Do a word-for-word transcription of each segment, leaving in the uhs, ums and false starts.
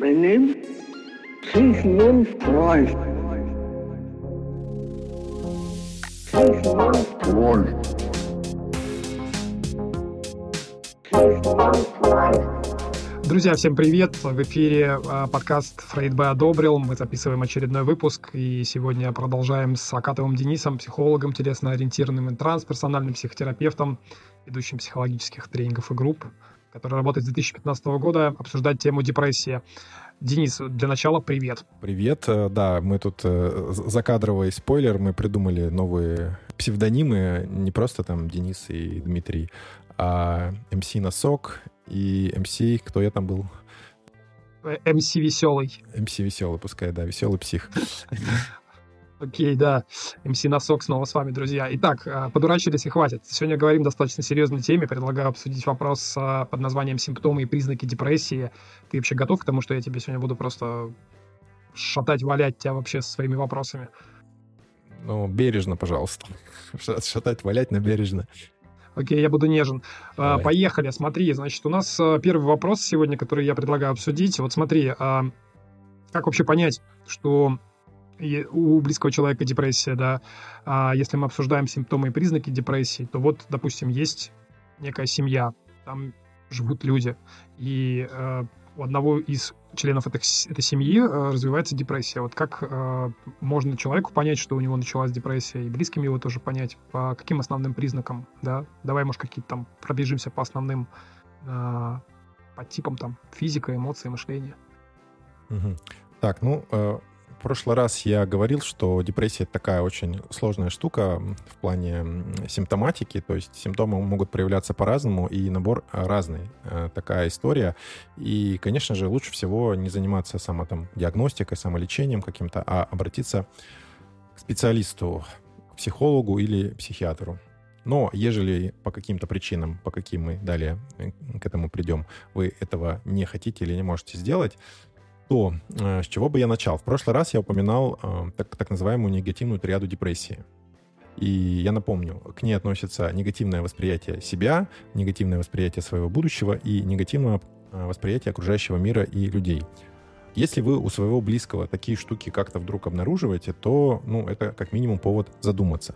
My name Sigmund Freud. Sigmund Freud. Sigmund Freud. Друзья, всем привет! В эфире подкаст «Фрейд Б. одобрил». Мы записываем очередной выпуск, и сегодня продолжаем с Акатовым Денисом, психологом, телесно-ориентированным и трансперсональным психотерапевтом, ведущим психологических тренингов и групп, который работает с две тысячи пятнадцатого года, обсуждать тему депрессии. Денис, для начала привет. Привет. Да, мы тут закадровый спойлер, мы придумали новые псевдонимы, не просто там Денис и Дмитрий, а эм си Носок и эм си, кто я там был? эм си Веселый. эм си Веселый, пускай, да, веселый псих. Окей, да. эм си Носок снова с вами, друзья. Итак, подурачились и хватит. Сегодня говорим о достаточно серьезной теме. Предлагаю обсудить вопрос под названием «Симптомы и признаки депрессии». Ты вообще готов к тому, что я тебе сегодня буду просто шатать, валять тебя вообще со своими вопросами? Ну, бережно, пожалуйста. Шатать, валять, но бережно. Окей, я буду нежен. Давай. Поехали, смотри. Значит, у нас первый вопрос сегодня, который я предлагаю обсудить. Вот смотри, как вообще понять, что у близкого человека депрессия, да, если мы обсуждаем симптомы и признаки депрессии, то вот, допустим, есть некая семья, там живут люди, и у одного из членов этой, этой семьи развивается депрессия. Вот как можно человеку понять, что у него началась депрессия, и близким его тоже понять, по каким основным признакам, да? Давай, может, какие-то там пробежимся по основным по типам там физика, эмоции, мышление. Угу. Так, ну... В прошлый раз я говорил, что депрессия — это такая очень сложная штука в плане симптоматики, то есть симптомы могут проявляться по-разному, и набор разный. Такая история. И, конечно же, лучше всего не заниматься само, там, диагностикой, самолечением каким-то, а обратиться к специалисту, к психологу или психиатру. Но ежели по каким-то причинам, по каким мы далее к этому придем, вы этого не хотите или не можете сделать, то с чего бы я начал? В прошлый раз я упоминал э, так, так называемую негативную триаду депрессии. И я напомню, к ней относятся негативное восприятие себя, негативное восприятие своего будущего и негативное восприятие окружающего мира и людей. Если вы у своего близкого такие штуки как-то вдруг обнаруживаете, то ну, это как минимум повод задуматься.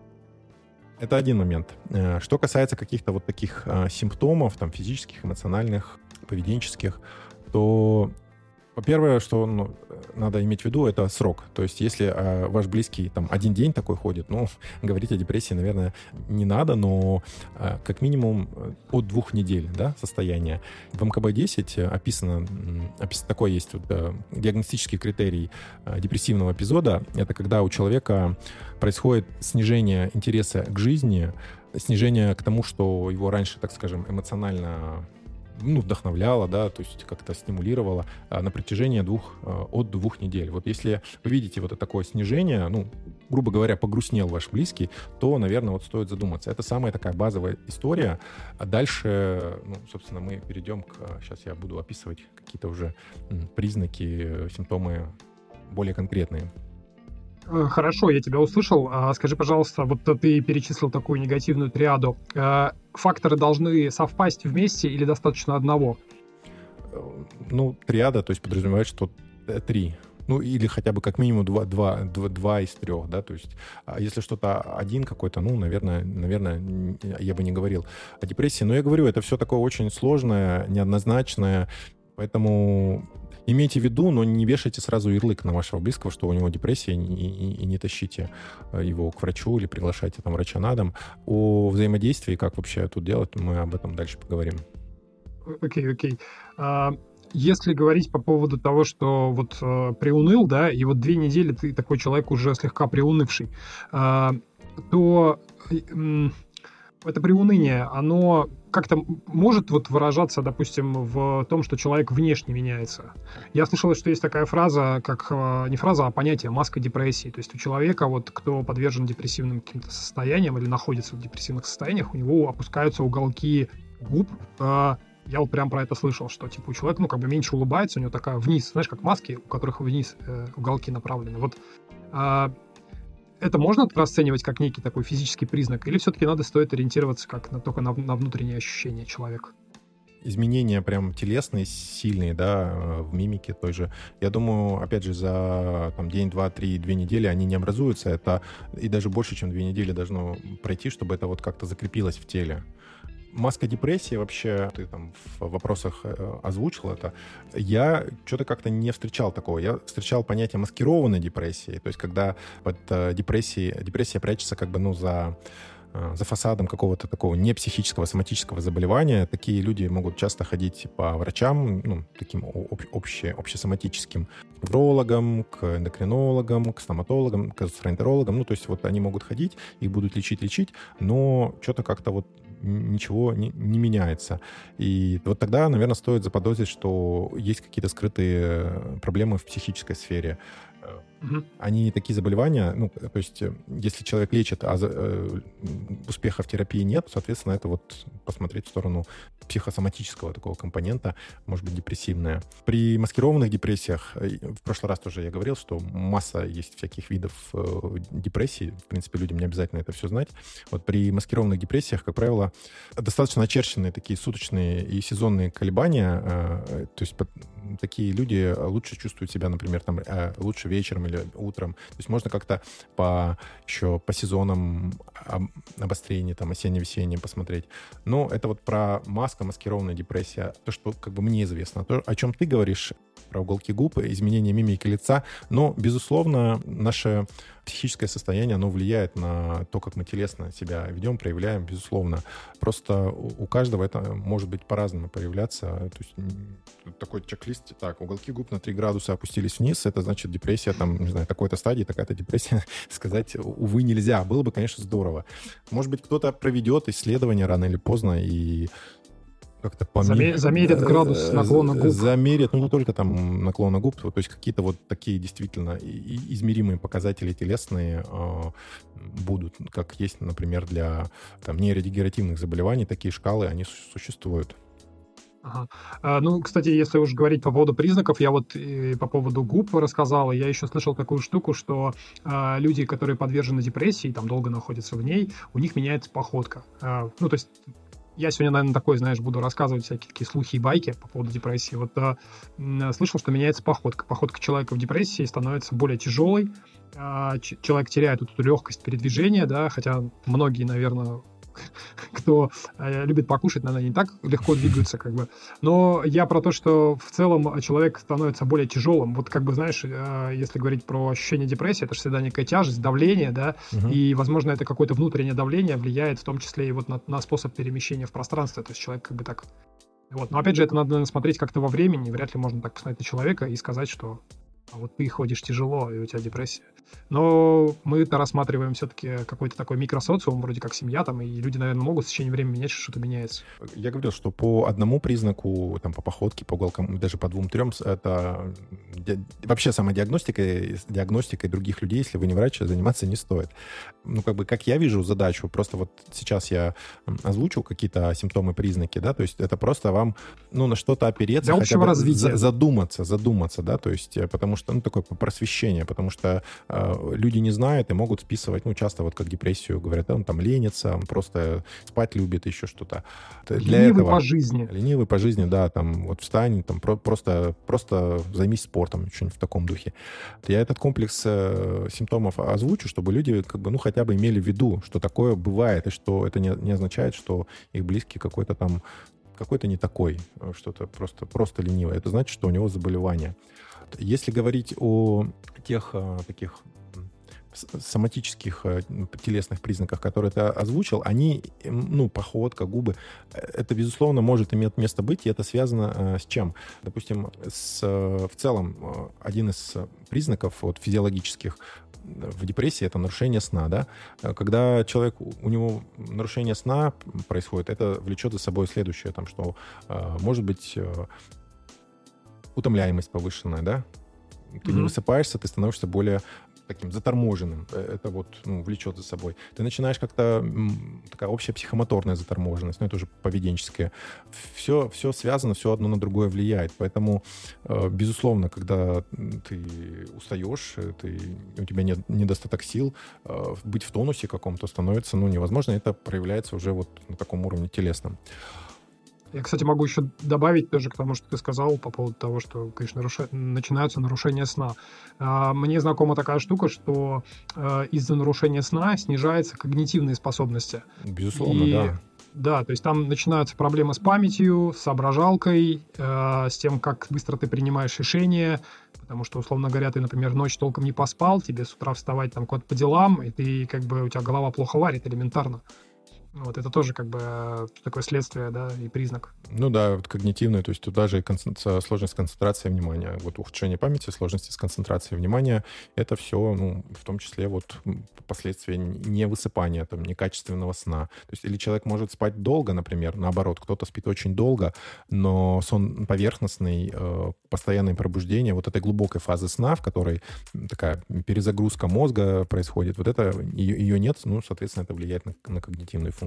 Это один момент. Что касается каких-то вот таких э, симптомов, там, физических, эмоциональных, поведенческих, то... Первое, что ну, надо иметь в виду, это срок. То есть если э, ваш близкий там один день такой ходит, ну, говорить о депрессии, наверное, не надо, но э, как минимум от двух недель, да, состояние. В эм ка бэ десять описано, описано такой есть вот, э, диагностический критерий э, депрессивного эпизода. Это когда у человека происходит снижение интереса к жизни, снижение к тому, что его раньше, так скажем, эмоционально... ну, вдохновляло, да, то есть как-то стимулировало а, на протяжении двух, а, от двух недель. Вот если вы видите вот такое снижение, ну, грубо говоря, погрустнел ваш близкий, то, наверное, вот стоит задуматься. Это самая такая базовая история. А дальше, ну, собственно, мы перейдем к... Сейчас я буду описывать какие-то уже признаки, симптомы более конкретные. Хорошо, я тебя услышал. Скажи, пожалуйста, вот ты перечислил такую негативную триаду. Факторы должны совпасть вместе или достаточно одного? Ну, триада, то есть подразумевает, что три. Ну, или хотя бы как минимум два, два, два, два из трех, да, то есть если что-то один какой-то, ну, наверное, наверное, я бы не говорил о депрессии. Но я говорю, это все такое очень сложное, неоднозначное, поэтому... Имейте в виду, но не вешайте сразу ярлык на вашего близкого, что у него депрессия, и, и, и не тащите его к врачу или приглашайте там врача на дом. О взаимодействии, как вообще тут делать, мы об этом дальше поговорим. Окей, okay, окей. Okay. Uh... Если говорить по поводу того, что вот э, приуныл, да, и вот две недели ты такой человек уже слегка приунывший, э, то э, это приуныние, оно как-то может вот выражаться, допустим, в том, что человек внешне меняется. Я слышал, что есть такая фраза, как не фраза, а понятие маска депрессии. То есть у человека, вот, кто подвержен депрессивным каким-то состояниям или находится в депрессивных состояниях, у него опускаются уголки губ. Я вот прям про это слышал, что типа у человека, ну, как бы меньше улыбается, у него такая вниз, знаешь, как маски, у которых вниз э, уголки направлены. Вот э, это можно расценивать как некий такой физический признак, или все-таки надо стоит ориентироваться как на, только на, на внутренние ощущения человека? изменения прям телесные, сильные, да, в мимике той же, я думаю, опять же, за там, день, два, три, две недели они не образуются. Это и даже больше, чем две недели должно пройти, чтобы это вот как-то закрепилось в теле. Маска депрессии вообще, ты там в вопросах э, озвучил это, я что-то как-то не встречал такого. Я встречал понятие маскированной депрессии, то есть когда под э, депрессией, депрессия прячется как бы, ну, за, э, за фасадом какого-то такого непсихического, соматического заболевания. Такие люди могут часто ходить по врачам, ну, таким об, обще, общесоматическим, к неврологам, к эндокринологам, к стоматологам, к гастроэнтерологам. Ну, то есть вот они могут ходить, их будут лечить-лечить, но что-то как-то вот ничего не, не меняется. И вот тогда, наверное, стоит заподозрить, что есть какие-то скрытые проблемы в психической сфере. Угу. Они такие заболевания, ну, то есть если человек лечит, а э, успеха в терапии нет, соответственно, это вот посмотреть в сторону психосоматического такого компонента, может быть, депрессивная. При маскированных депрессиях, в прошлый раз тоже я говорил, что масса есть всяких видов э, депрессий, в принципе, людям не обязательно это все знать. Вот при маскированных депрессиях, как правило, достаточно очерченные такие суточные и сезонные колебания, э, то есть такие люди лучше чувствуют себя, например, там, э, лучше вечером или утром. То есть можно как-то по, еще по сезонам обострения, там, осенне-весеннее посмотреть. Но это вот про маска, маскированная депрессия. То, что как бы мне известно. То, о чем ты говоришь, про уголки губ, изменение мимики лица. Но, безусловно, наше психическое состояние, оно влияет на то, как мы телесно себя ведем, проявляем, безусловно. Просто у каждого это может быть по-разному проявляться. То есть такой чек-лист, так, уголки губ на три градуса опустились вниз, это значит депрессия, там, не знаю, такой-то стадии, такая-то депрессия. Сказать, увы, нельзя. Было бы, конечно, здорово. Может быть, кто-то проведет исследование рано или поздно и как-то помер... замерит градус наклона губ. Замерит, ну, не только там наклона губ, то есть какие-то вот такие действительно измеримые показатели телесные э, будут, как есть, например, для там, нейродегенеративных заболеваний, такие шкалы, они существуют. Ага. А, ну, кстати, если уж говорить по поводу признаков, я вот и по поводу губ рассказал, я еще слышал такую штуку, что а, люди, которые подвержены депрессии, там долго находятся в ней, у них меняется походка. А, ну, то есть я сегодня, наверное, такой, знаешь, буду рассказывать всякие такие слухи и байки по поводу депрессии. Вот а, слышал, что меняется походка. Походка человека в депрессии становится более тяжелой, а, ч- человек теряет вот эту легкость передвижения, да, хотя многие, наверное, кто э, любит покушать, наверное, не так легко двигаются, как бы. Но я про то, что в целом человек становится более тяжелым. Вот как бы, знаешь, э, если говорить про ощущение депрессии, это же всегда некая тяжесть, давление, да, угу. И, возможно, это какое-то внутреннее давление влияет в том числе и вот на, на способ перемещения в пространстве. То есть человек как бы так... Вот. Но опять же, это надо, наверное, смотреть как-то во времени. Вряд ли можно так посмотреть на человека и сказать, что а вот ты ходишь тяжело, и у тебя депрессия. Но мы-то рассматриваем все-таки какой-то такой микросоциум, вроде как семья, там, и люди, наверное, могут в течение времени менять, что-то меняется. Я говорил, что по одному признаку, там, по походке, по уголкам, даже по двум-трем, это вообще самодиагностикой, диагностикой других людей, если вы не врач, заниматься не стоит. Ну, как бы, как я вижу задачу, просто вот сейчас я озвучил какие-то симптомы, признаки, да, то есть это просто вам, ну, на что-то опереться, для общего развития. Задуматься, задуматься, да, то есть, потому что, ну, такое просвещение, потому что э, люди не знают и могут списывать, ну, часто вот как депрессию говорят, он там ленится, он просто спать любит, еще что-то. Для ленивый этого, по жизни. Ленивый по жизни, да, там, вот встань, там, про- просто, просто займись спортом, что-нибудь в таком духе. Я этот комплекс э, симптомов озвучу, чтобы люди, как бы, ну, хотя бы имели в виду, что такое бывает, и что это не, не означает, что их близкий какой-то там, какой-то не такой, что-то просто, просто ленивый. Это значит, что у него заболевание. Если говорить о тех а, таких соматических а, телесных признаках, которые ты озвучил, они, ну, походка, губы, это, безусловно, может иметь место быть, и это связано а, с чем? Допустим, с, в целом, один из признаков вот, физиологических в депрессии — это нарушение сна, да? Когда человек, у него нарушение сна происходит, это влечет за собой следующее, там, что а, может быть утомляемость повышенная, да? Ты mm-hmm. не высыпаешься, ты становишься более таким заторможенным. Это вот, ну, влечет за собой. Ты начинаешь как-то... Такая общая психомоторная заторможенность, ну, это уже поведенческая. Все, все связано, все одно на другое влияет. Поэтому, безусловно, когда ты устаешь, ты, у тебя нет недостаток сил, быть в тонусе каком-то становится, ну, невозможно. Это проявляется уже вот на таком уровне телесном. Я, кстати, могу еще добавить тоже к тому, что ты сказал по поводу того, что, конечно, наруша... начинаются нарушения сна. А, мне знакома такая штука, что а, из-за нарушения сна снижаются когнитивные способности. Безусловно, И... да. Да, то есть там начинаются проблемы с памятью, с соображалкой, э, с тем, как быстро ты принимаешь решения, потому что, условно говоря, ты, например, ночь толком не поспал, тебе с утра вставать там куда-то по делам, и ты как бы у тебя голова плохо варит элементарно. Вот это тоже как бы такое следствие, да, и признак. Ну да, вот когнитивное, то есть туда же и концентра... сложность концентрации внимания. Вот ухудшение памяти, сложности с концентрацией внимания, это все, ну, в том числе вот последствия невысыпания, там, некачественного сна. То есть или человек может спать долго, например, наоборот, кто-то спит очень долго, но сон поверхностный, э, постоянное пробуждение, вот этой глубокой фазы сна, в которой такая перезагрузка мозга происходит, вот это, ее, ее нет, ну, соответственно, это влияет на, на когнитивные функции.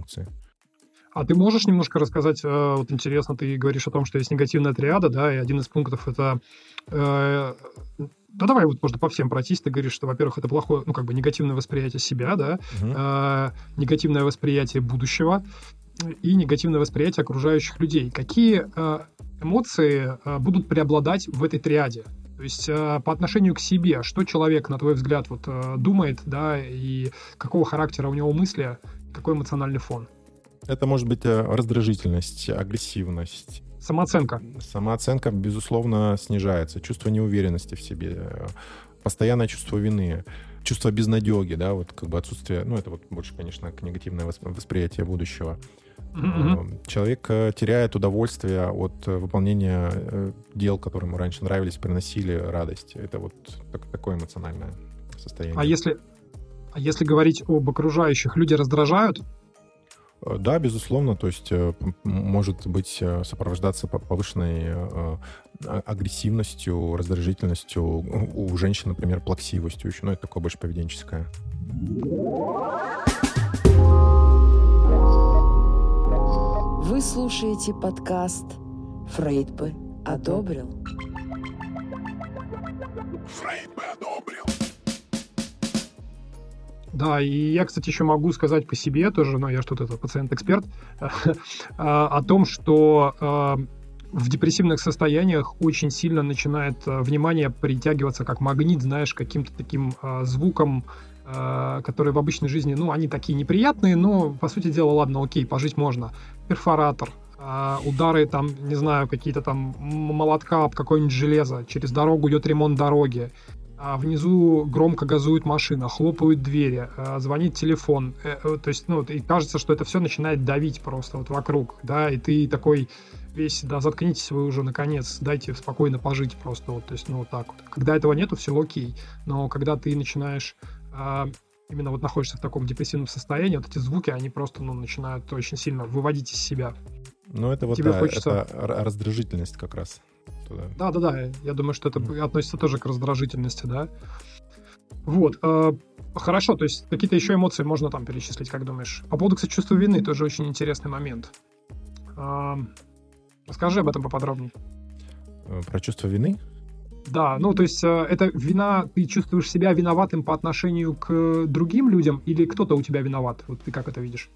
А ты можешь немножко рассказать, вот интересно, ты говоришь о том, что есть негативная триада, да, и один из пунктов это... Э, да давай вот можно по всем пройтись. Ты говоришь, что, во-первых, это плохое, ну, как бы негативное восприятие себя, да, угу. э, негативное восприятие будущего и негативное восприятие окружающих людей. Какие э, эмоции э, будут преобладать в этой триаде? То есть э, по отношению к себе, что человек, на твой взгляд, вот э, думает, да, и какого характера у него мысли, какой эмоциональный фон? Это может быть раздражительность, агрессивность. Самооценка. Самооценка, безусловно, снижается. Чувство неуверенности в себе, постоянное чувство вины, чувство безнадеги, да, вот как бы отсутствие, ну, это вот больше, конечно, к негативное восприятие будущего. Mm-hmm. Человек теряет удовольствие от выполнения дел, которые ему раньше нравились, приносили радость. Это вот такое эмоциональное состояние. А если, а если говорить об окружающих, люди раздражают? Да, безусловно, то есть может быть сопровождаться повышенной агрессивностью, раздражительностью, у женщин, например, плаксивостью еще, но это такое больше поведенческое. Вы слушаете подкаст «Фрейд бы одобрил». Фрейд бы одобрил. Да, и я, кстати, еще могу сказать по себе тоже, но я что-то это пациент-эксперт, о том, что в депрессивных состояниях очень сильно начинает внимание притягиваться как магнит, знаешь, каким-то таким звуком, которые в обычной жизни, ну, они такие неприятные, но, по сути дела, ладно, окей, пожить можно. Перфоратор, удары, там, не знаю, какие-то там молотка об какое-нибудь железо, через дорогу идет ремонт дороги, а внизу громко газует машина, хлопают двери, звонит телефон. То есть, ну, и кажется, что это все начинает давить просто вот вокруг, да, и ты такой весь, да, заткнитесь вы уже, наконец, дайте спокойно пожить просто, вот, то есть, ну, вот так вот. Когда этого нету, все окей, но когда ты начинаешь, а, именно вот находишься в таком депрессивном состоянии, вот эти звуки, они просто, ну, начинают очень сильно выводить из себя. Ну, это вот, Тебе да, хочется... это раздражительность как раз. Да, да, да. Я думаю, что это mm. относится тоже к раздражительности, да. Вот. Э, хорошо, то есть какие-то еще эмоции можно там перечислить, как думаешь? По поводу, кстати, чувства вины тоже очень интересный момент. Э, расскажи об этом поподробнее. Про чувство вины? Да, ну то есть э, это вина, ты чувствуешь себя виноватым по отношению к другим людям или кто-то у тебя виноват? Вот ты как это видишь?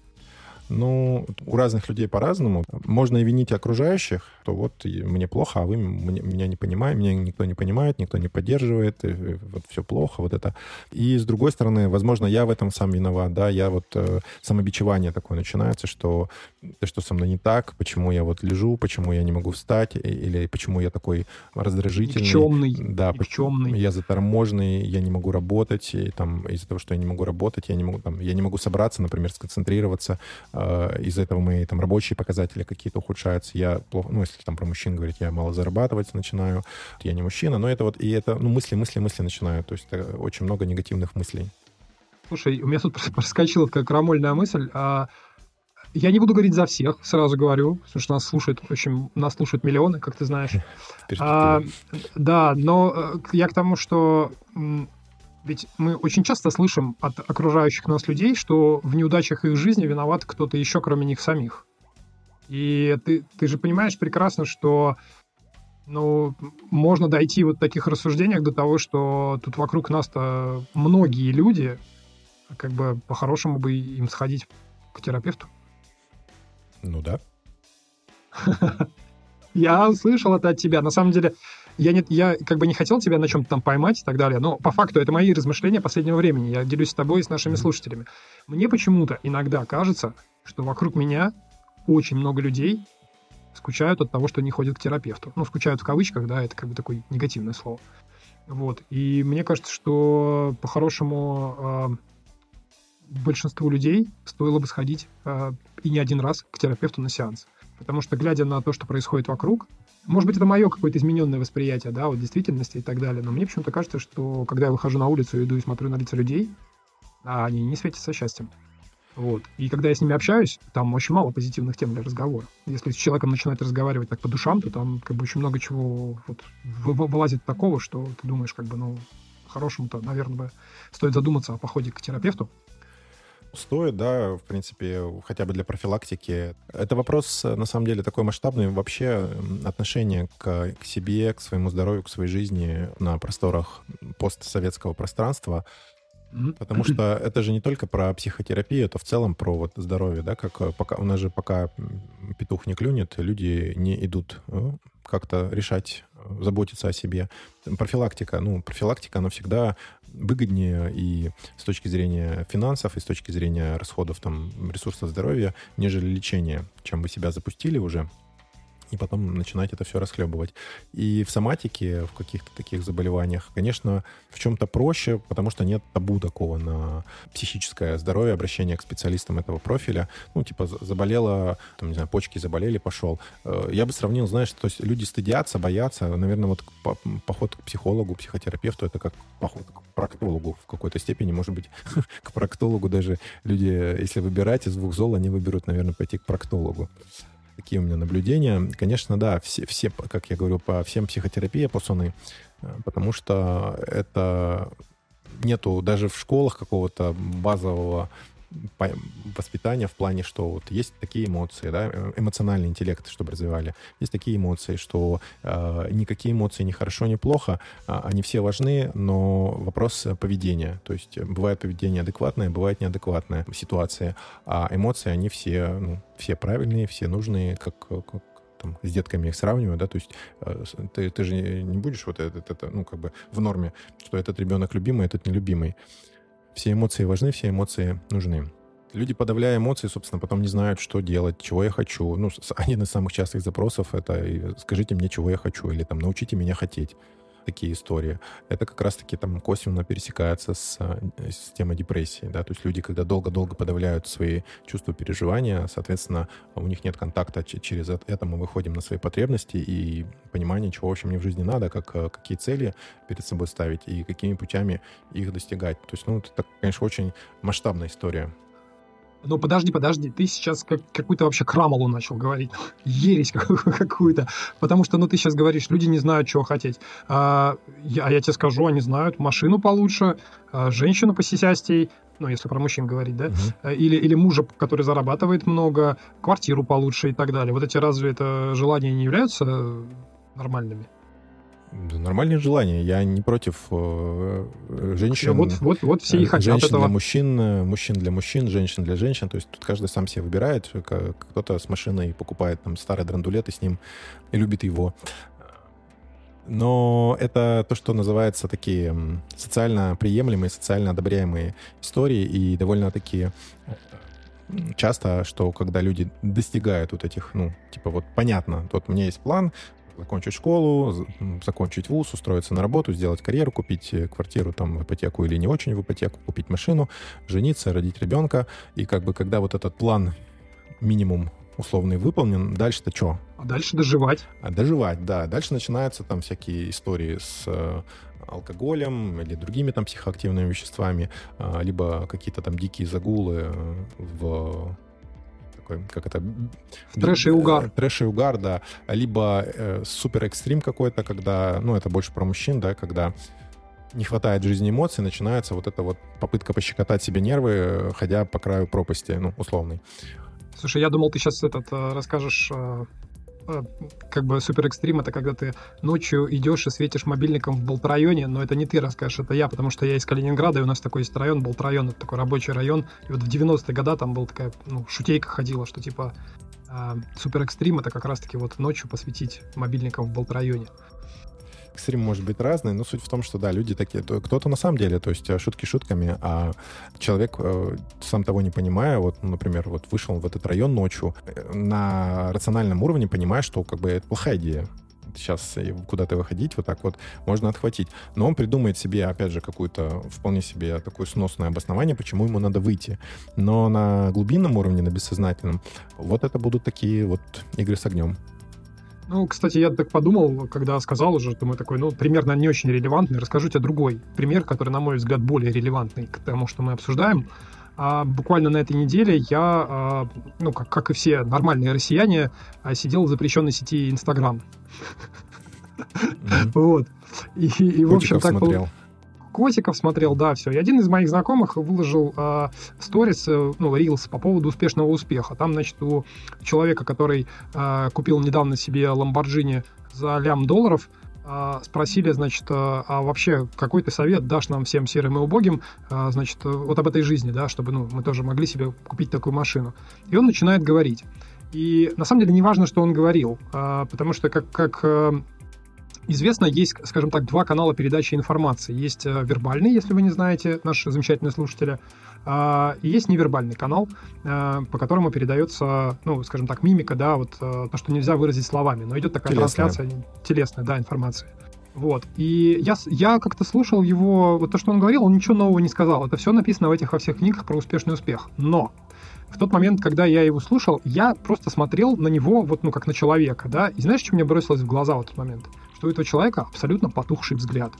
Ну, у разных людей по-разному. Можно и винить окружающих, то вот мне плохо, а вы меня не понимаете, меня никто не понимает, никто не поддерживает, вот все плохо, вот это. И с другой стороны, возможно, я в этом сам виноват, да, я вот э, самобичевание такое начинается, что что со мной не так, почему я вот лежу, почему я не могу встать, или почему я такой раздражительный. Никчемный. Да, Никчемный. Я заторможенный, я не могу работать, и там из-за того, что я не могу работать, я не могу, там, я не могу собраться, например, сконцентрироваться, из-за этого мои там рабочие показатели какие-то ухудшаются. Я плохо, ну, если там про мужчин говорить, я мало зарабатывать начинаю. Я не мужчина, но это вот, и это, ну, мысли, мысли, мысли начинают. То есть очень много негативных мыслей. Слушай, у меня тут проскочила такая крамольная мысль. Я не буду говорить за всех, сразу говорю, потому что нас слушают, очень, нас слушают миллионы, как ты знаешь. А, да, но я к тому, что... Ведь мы очень часто слышим от окружающих нас людей, что в неудачах их жизни виноват кто-то еще, кроме них самих. И ты, ты же понимаешь прекрасно, что, ну, можно дойти вот в таких рассуждениях до того, что тут вокруг нас-то многие люди, как бы по-хорошему бы им сходить к терапевту. Ну да. Я слышал это от тебя. На самом деле, я, не, я как бы не хотел тебя на чем-то там поймать и так далее, но по факту это мои размышления последнего времени. Я делюсь с тобой и с нашими слушателями. Мне почему-то иногда кажется, что вокруг меня очень много людей скучают от того, что не ходят к терапевту. Ну, скучают в кавычках, да, это как бы такое негативное слово. Вот. И мне кажется, что по-хорошему э, большинству людей стоило бы сходить э, и не один раз к терапевту на сеанс. Потому что, глядя на то, что происходит вокруг, может быть, это мое какое-то измененное восприятие, да, вот действительности и так далее, но мне почему-то кажется, что когда я выхожу на улицу, иду и смотрю на лица людей, а они не светятся счастьем. Вот. И когда я с ними общаюсь, там очень мало позитивных тем для разговора. Если с человеком начинать разговаривать так по душам, то там как бы очень много чего вот вылазит такого, что ты думаешь, как бы, ну, по-хорошему-то, наверное, стоит задуматься о походе к терапевту. Стоит, да, в принципе, хотя бы для профилактики. Это вопрос, на самом деле, такой масштабный. Вообще отношение к, к себе, к своему здоровью, к своей жизни на просторах постсоветского пространства. Потому что это же не только про психотерапию, это в целом про вот здоровье, да, как пока, у нас же пока петух не клюнет, люди не идут как-то решать, заботиться о себе. Профилактика, ну, профилактика, она всегда выгоднее и с точки зрения финансов, и с точки зрения расходов там ресурсов здоровья, нежели лечение, чем вы себя запустили уже, и потом начинать это все расхлебывать. И в соматике, в каких-то таких заболеваниях, конечно, в чем-то проще, потому что нет табу такого на психическое здоровье, обращение к специалистам этого профиля. Ну, типа, заболела, там, не знаю, почки заболели, пошел. Я бы сравнил, знаешь, то есть люди стыдятся, боятся. Наверное, вот поход к психологу, психотерапевту, это как поход к проктологу в какой-то степени. Может быть, к проктологу даже люди, если выбирать из двух зол, они выберут, наверное, пойти к проктологу. Такие у меня наблюдения. Конечно, да, все, все, как я говорю, по всем психотерапии опасны, потому что это нету даже в школах какого-то базового воспитания в плане, что вот есть такие эмоции, да, эмоциональный интеллект, чтобы развивали. Есть такие эмоции, что э, никакие эмоции не хорошо, не плохо, э, они все важны, но вопрос поведения. То есть бывает поведение адекватное, бывает неадекватная ситуация, а эмоции, они все, ну, все правильные, все нужные, как, как там, с детками их сравниваю, да, то есть э, ты, ты же не будешь вот это, это, ну, как бы в норме, что этот ребенок любимый, этот нелюбимый. Все эмоции важны, все эмоции нужны. Люди, подавляя эмоции, собственно, потом не знают, что делать, чего я хочу. Ну, один из самых частых запросов — это «скажите мне, чего я хочу», или там «научите меня хотеть». Такие истории. Это как раз-таки там косвенно пересекается с, с темой депрессии. Да? То есть люди, когда долго-долго подавляют свои чувства, переживания, соответственно, у них нет контакта. Через это мы выходим на свои потребности и понимание, чего, в общем, мне в жизни надо, как, какие цели перед собой ставить и какими путями их достигать. То есть, ну, это, конечно, очень масштабная история. Ну, подожди, подожди, ты сейчас как, какую-то вообще крамолу начал говорить, ересь какую-то, потому что, ну, ты сейчас говоришь, люди не знают, чего хотеть. А я, я тебе скажу, они знают машину получше, женщину посисястей, ну, если про мужчин говорить, да, uh-huh. или, или мужа, который зарабатывает много, квартиру получше и так далее. Вот эти разве это желания не являются нормальными? Нормальные желания. Я не против э, женщин. Вот, вот, вот все и хотят женщин этого. Для мужчин, мужчин для мужчин, женщин для женщин. То есть тут каждый сам себе выбирает. Кто-то с машиной покупает там старый драндулет и с ним и любит его. Но это то, что называется такие социально приемлемые, социально одобряемые истории. И довольно-таки часто, что когда люди достигают вот этих, ну, типа вот понятно, вот у меня есть план, закончить школу, закончить вуз, устроиться на работу, сделать карьеру, купить квартиру там в ипотеку или не очень в ипотеку, купить машину, жениться, родить ребенка. И как бы когда вот этот план минимум условный выполнен, дальше-то что? А дальше доживать. А доживать, да. Дальше начинаются там всякие истории с э, алкоголем или другими там психоактивными веществами, э, либо какие-то там дикие загулы в... как это... Трэш и угар. Трэш и угар, да. Либо э, супер-экстрим какой-то, когда, ну, это больше про мужчин, да, когда не хватает в жизни эмоций, начинается вот эта вот попытка пощекотать себе нервы, ходя по краю пропасти, ну, условной. Слушай, я думал, ты сейчас этот расскажешь... как бы супер-экстрим — это когда ты ночью идешь и светишь мобильником в Болт-районе, но это не ты расскажешь, это я, потому что я из Калининграда, и у нас такой есть район, Болт-район, это такой рабочий район, и вот в девяностые годы там была такая, ну, шутейка ходила, что типа А супер экстрим — это как раз-таки вот ночью посвятить мобильникам в болт-районе. Экстрим может быть разный, но суть в том, что, да, люди такие, кто-то на самом деле, то есть шутки шутками, а человек, сам того не понимая, вот, например, вот вышел в этот район ночью, на рациональном уровне понимая, что как бы это плохая идея. Сейчас куда-то выходить, вот так вот можно отхватить. Но он придумает себе, опять же, какую-то вполне себе такое сносное обоснование, почему ему надо выйти. Но на глубинном уровне, на бессознательном, вот это будут такие вот игры с огнем. Ну, кстати, я так подумал, когда сказал уже, думаю, такой, ну, пример, наверное, не очень релевантный. Расскажу тебе другой пример, который, на мой взгляд, более релевантный к тому, что мы обсуждаем. А буквально на этой неделе я, а, ну, как, как и все нормальные россияне, сидел в запрещенной сети Инстаграм. Вот. И, в общем, так... смотрел. Котиков смотрел, да, все. И один из моих знакомых выложил э, сторис, э, ну, рилс по поводу успешного успеха. Там, значит, у человека, который э, купил недавно себе Lamborghini за лям долларов, э, спросили, значит, э, а вообще какой ты совет дашь нам всем серым и убогим, э, значит, вот об этой жизни, да, чтобы, ну, мы тоже могли себе купить такую машину. И он начинает говорить. И на самом деле не важно, что он говорил, э, потому что как... как э, известно, есть, скажем так, два канала передачи информации. Есть вербальный, если вы не знаете, наши замечательные слушатели, и есть невербальный канал, по которому передается, ну, скажем так, мимика, да, вот то, что нельзя выразить словами, но идет такая телесная. трансляция, телесная, да, информация. Вот. И я, я как-то слушал его, вот то, что он говорил, он ничего нового не сказал. Это все написано в этих во всех книгах про успешный успех. Но в тот момент, когда я его слушал, я просто смотрел на него, вот, ну, как на человека, да, и знаешь, что мне бросилось в глаза в этот момент? Что у этого человека абсолютно потухший взгляд.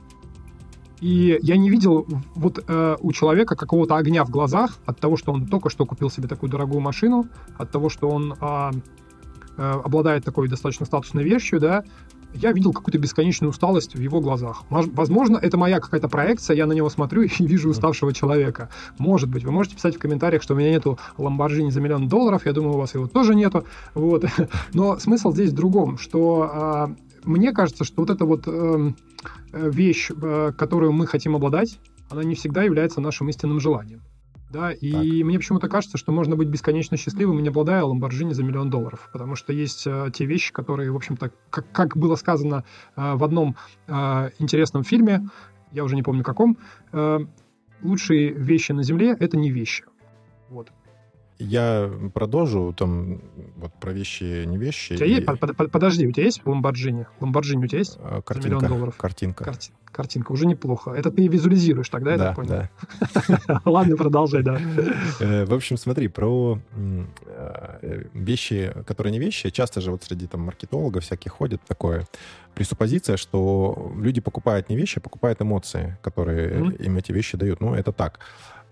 И я не видел вот э, у человека какого-то огня в глазах от того, что он только что купил себе такую дорогую машину, от того, что он э, э, обладает такой достаточно статусной вещью, да. Я видел какую-то бесконечную усталость в его глазах. Возможно, это моя какая-то проекция, я на него смотрю и вижу уставшего человека. Может быть. Вы можете писать в комментариях, что у меня нету Lamborghini за миллион долларов, я думаю, у вас его тоже нету. Вот. Но смысл здесь в другом, что э, мне кажется, что вот эта вот э, вещь, э, которую мы хотим обладать, она не всегда является нашим истинным желанием. Да, и так. Мне почему-то кажется, что можно быть бесконечно счастливым, не обладая Lamborghini за миллион долларов. Потому что есть э, те вещи, которые, в общем-то, как, как было сказано э, в одном э, интересном фильме, я уже не помню каком, э, лучшие вещи на Земле — это не вещи. Вот. Я продолжу там вот про вещи, не вещи. У тебя и... есть? Подожди, у тебя есть Ламборджини? Ламборджини у тебя есть? Картинка, за миллион долларов? Картинка. Карти... Картинка, уже неплохо. Это ты визуализируешь тогда, я да, так понял? Да. Ладно, продолжай, да. В общем, смотри, про вещи, которые не вещи, часто же вот среди там маркетологов всяких ходит такое пресуппозиция, что люди покупают не вещи, а покупают эмоции, которые mm-hmm. им эти вещи дают. Ну, это так.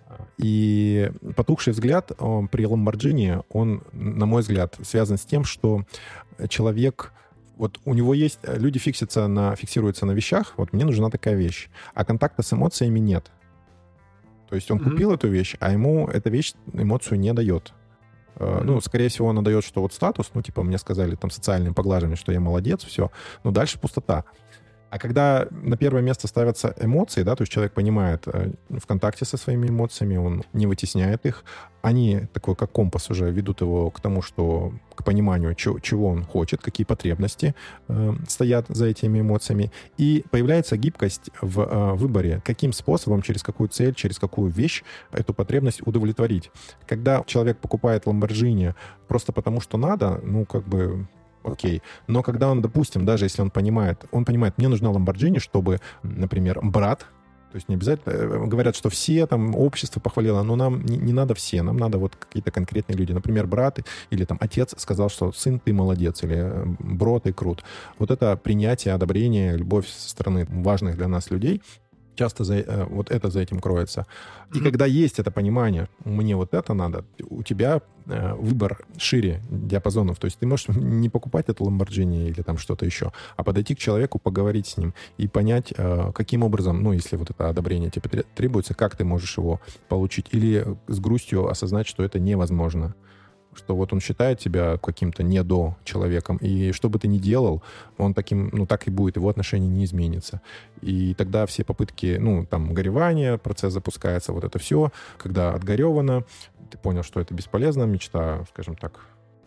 И потухший взгляд он, при Lamborghini, он, на мой взгляд, связан с тем, что человек, вот у него есть, люди фиксятся на, фиксируются на вещах, вот мне нужна такая вещь, а контакта с эмоциями нет. То есть он mm-hmm. купил эту вещь, а ему эта вещь эмоцию не дает. Mm-hmm. Ну, скорее всего, она дает, что вот статус, ну, типа, мне сказали там социальным поглаживанием, что я молодец, все, но дальше пустота. А когда на первое место ставятся эмоции, да, то есть человек понимает э, в контакте со своими эмоциями, он не вытесняет их, они, такой как компас уже, ведут его к тому, что к пониманию, чего, чего он хочет, какие потребности э, стоят за этими эмоциями. И появляется гибкость в э, выборе, каким способом, через какую цель, через какую вещь эту потребность удовлетворить. Когда человек покупает Lamborghini просто потому, что надо, ну, как бы... Окей. Но когда он, допустим, даже если он понимает, он понимает, мне нужна Lamborghini, чтобы, например, брат, то есть не обязательно, говорят, что все, там, общество похвалило, но нам не, не надо все, нам надо вот какие-то конкретные люди. Например, брат или там отец сказал, что сын, ты молодец, или бро, ты крут. Вот это принятие, одобрение, любовь со стороны важных для нас людей, часто за, вот это за этим кроется. И mm-hmm. когда есть это понимание, мне вот это надо, у тебя э, выбор шире диапазонов. То есть ты можешь не покупать эту Lamborghini или там что-то еще, а подойти к человеку, поговорить с ним и понять, э, каким образом, ну, если вот это одобрение тебе требуется, как ты можешь его получить. Или с грустью осознать, что это невозможно. Что вот он считает тебя каким-то недо человеком, и что бы ты ни делал, он таким, ну, так и будет, его отношение не изменится. И тогда все попытки, ну, там, горевания, процесс запускается, вот это все, когда отгоревано, ты понял, что это бесполезно, мечта, скажем так,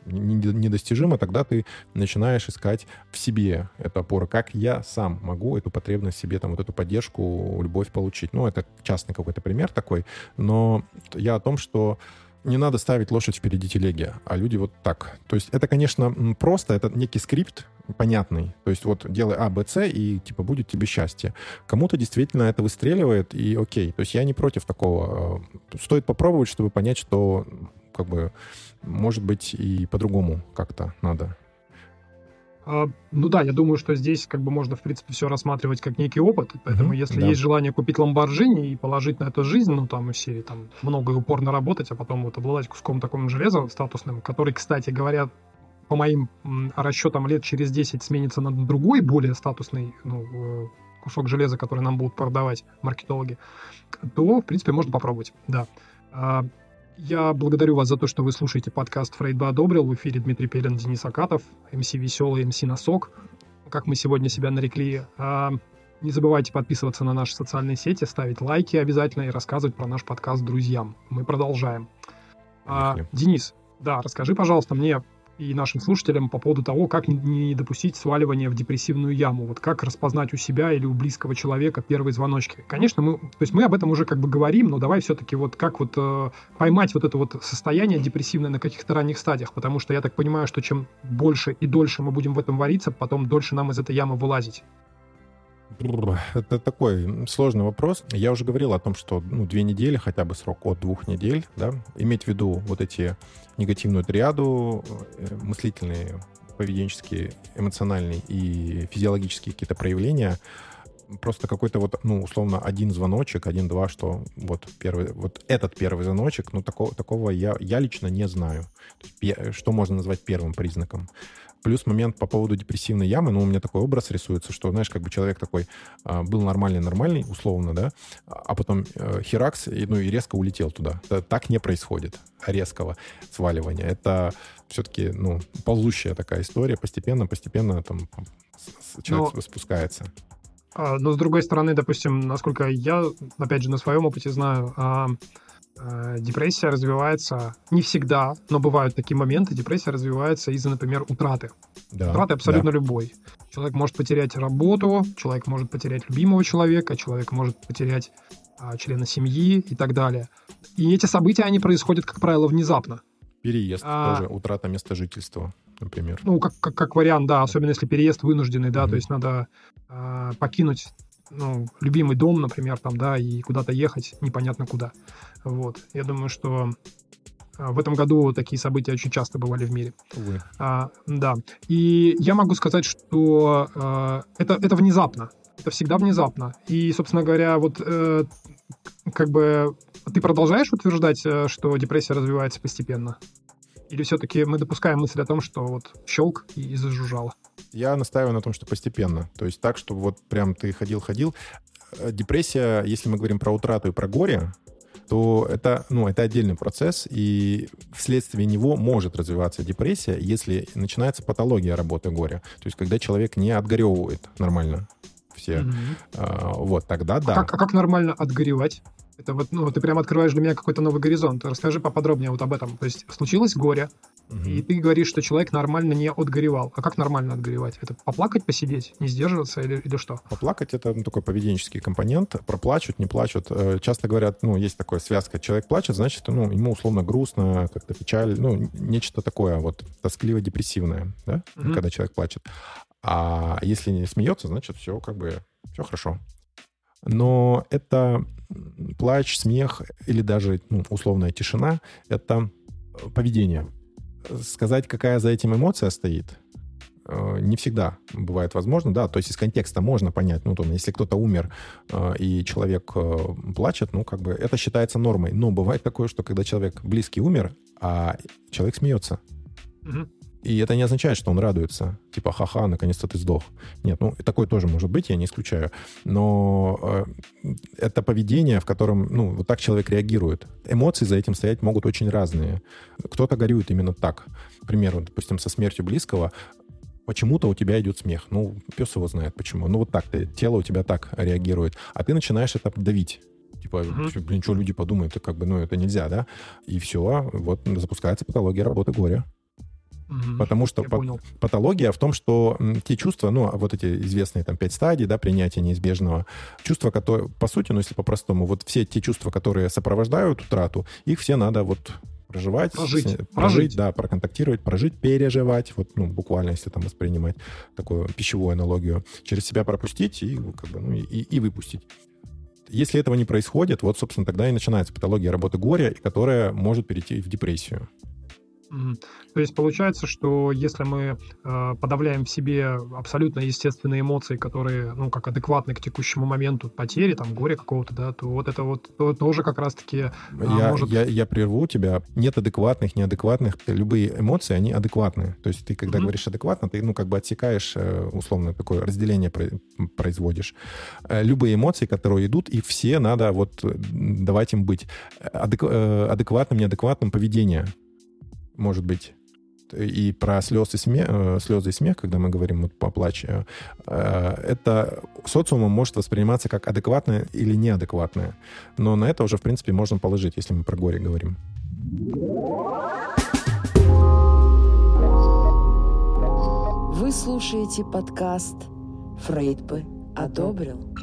недостижимо, тогда ты начинаешь искать в себе эту опору. Как я сам могу эту потребность в себе, там, вот эту поддержку, любовь получить? Ну, это частный какой-то пример такой, но я о том, что не надо ставить лошадь впереди телеги, а люди вот так. То есть это, конечно, просто, это некий скрипт понятный. То есть вот делай А, Б, С, и типа будет тебе счастье. Кому-то действительно это выстреливает, и окей. То есть я не против такого. Стоит попробовать, чтобы понять, что как бы может быть и по-другому как-то надо. А, ну да, я думаю, что здесь как бы можно, в принципе, все рассматривать как некий опыт, поэтому mm-hmm, если да. есть желание купить Ламборджини и положить на эту жизнь, ну там из серии там много и упорно работать, а потом вот обладать куском такого железа статусным, который, кстати говоря, по моим м, расчетам лет через десять сменится на другой, более статусный ну, кусок железа, который нам будут продавать маркетологи, то, в принципе, можно попробовать, да. А, Я благодарю вас за то, что вы слушаете подкаст «Фрейд бы одобрил». В эфире Дмитрий Пелин, Денис Акатов, эм си Веселый, эм си Носок, как мы сегодня себя нарекли. Не забывайте подписываться на наши социальные сети, ставить лайки обязательно и рассказывать про наш подкаст друзьям. Мы продолжаем. Денис, да, расскажи, пожалуйста, мне и нашим слушателям по поводу того, как не допустить сваливания в депрессивную яму. Вот как распознать у себя или у близкого человека первые звоночки. Конечно, мы, то есть мы об этом уже как бы говорим, но давай все-таки вот как вот э, поймать вот это вот состояние депрессивное на каких-то ранних стадиях, потому что я так понимаю, что чем больше и дольше мы будем в этом вариться, потом дольше нам из этой ямы вылазить. Это такой сложный вопрос. Я уже говорил о том, что ну, две недели, хотя бы срок от двух недель, да, иметь в виду вот эти негативную триаду, мыслительные, поведенческие, эмоциональные и физиологические какие-то проявления, просто какой-то вот, ну, условно, один звоночек, один-два, что вот первый, вот этот первый звоночек, ну, такого, такого я, я лично не знаю. Что можно назвать первым признаком? Плюс момент по поводу депрессивной ямы, ну, у меня такой образ рисуется, что, знаешь, как бы человек такой а, был нормальный-нормальный, условно, да, а потом э, херакс, и, ну, и резко улетел туда. Это, так не происходит резкого сваливания. Это все-таки, ну, ползущая такая история, постепенно-постепенно там человек но, спускается. А, но, с другой стороны, допустим, насколько я, опять же, на своем опыте знаю, а, депрессия развивается не всегда, но бывают такие моменты, депрессия развивается из-за, например, утраты. Да, утраты абсолютно да. любой. Человек может потерять работу, человек может потерять любимого человека, человек может потерять а, члена семьи и так далее. И эти события, они происходят, как правило, внезапно. Переезд а, тоже, утрата места жительства, например. Ну, как, как, как вариант, да, особенно если переезд вынужденный, да, mm-hmm. то есть надо а, покинуть ну, любимый дом, например, там, да, и куда-то ехать непонятно куда. Вот. Я думаю, что а, в этом году такие события очень часто бывали в мире. Увы. А, да. И я могу сказать, что а, это, это внезапно. Это всегда внезапно. И, собственно говоря, вот э, как бы ты продолжаешь утверждать, что депрессия развивается постепенно? Или все-таки мы допускаем мысль о том, что вот щелк и зажужжало? Я настаиваю на том, что постепенно. То есть так, чтобы вот прям ты ходил-ходил. Депрессия, если мы говорим про утрату и про горе, то это, ну, это отдельный процесс, и вследствие него может развиваться депрессия, если начинается патология работы горя. То есть когда человек не отгоревывает нормально все. Mm-hmm. А, вот, тогда да. А как, а как нормально отгоревать? Это вот, ну, ты прямо открываешь для меня какой-то новый горизонт. Расскажи поподробнее вот об этом. То есть случилось горе, угу. и ты говоришь, что человек нормально не отгоревал. А как нормально отгоревать? Это поплакать, посидеть, не сдерживаться или, или что? Поплакать — это ну, такой поведенческий компонент. Проплачут, не плачут. Часто говорят, ну, есть такая связка. Человек плачет, значит, ну, ему условно грустно, как-то печаль, ну, нечто такое вот тоскливо-депрессивное, да, угу. когда человек плачет. А если не смеется, значит, все как бы, все хорошо. Но это плач, смех или даже ну, условная тишина — это поведение. Сказать, какая за этим эмоция стоит, не всегда бывает возможно. Да, то есть из контекста можно понять, ну, то, если кто-то умер и человек плачет, ну, как бы это считается нормой. Но бывает такое, что когда человек близкий умер, а человек смеется. Угу. И это не означает, что он радуется. Типа, ха-ха, наконец-то ты сдох. Нет, ну, такое тоже может быть, я не исключаю. Но э, это поведение, в котором, ну, вот так человек реагирует. Эмоции за этим стоять могут очень разные. Кто-то горюет именно так. К примеру, допустим, со смертью близкого почему-то у тебя идет смех. Ну, пес его знает почему. Ну, вот так, тело у тебя так реагирует. А ты начинаешь это давить. Типа, uh-huh. блин, что люди подумают, как бы, ну, это нельзя, да? И все, вот запускается патология работы горя. Мгм. Потому что Я пат- понял. патология в том, что м, те чувства, ну, вот эти известные там пять стадий, да, принятия неизбежного, чувства, которые, по сути, ну, если по-простому, вот все те чувства, которые сопровождают утрату, их все надо вот проживать, Прожить. с- Прожить. прожить, да, проконтактировать, прожить, переживать, вот, ну, буквально, если там воспринимать такую пищевую аналогию, через себя пропустить и, как бы, ну, и, и выпустить. Если этого не происходит, вот, собственно, тогда и начинается патология работы горя, и которая может перейти в депрессию. Мгм. То есть получается, что если мы э, подавляем в себе абсолютно естественные эмоции, которые, ну, как адекватны к текущему моменту потери, там, горя какого-то, да, то вот это вот то- тоже как раз-таки а, Я, может... я, я прерву тебя. Нет адекватных, неадекватных. Любые эмоции, они адекватны. То есть ты, когда Мгм. говоришь адекватно, ты, ну, как бы отсекаешь, э, условно, такое разделение про- производишь. Э, Любые эмоции, которые идут, их все надо вот э, давать им быть. Адек- э, адекватным, неадекватным поведение может быть. И про слез и смех, слезы и смех, когда мы говорим вот по плач, э, это социумом может восприниматься как адекватное или неадекватное. Но на это уже, в принципе, можно положить, если мы про горе говорим. Вы слушаете подкаст «Фрейд бы одобрил».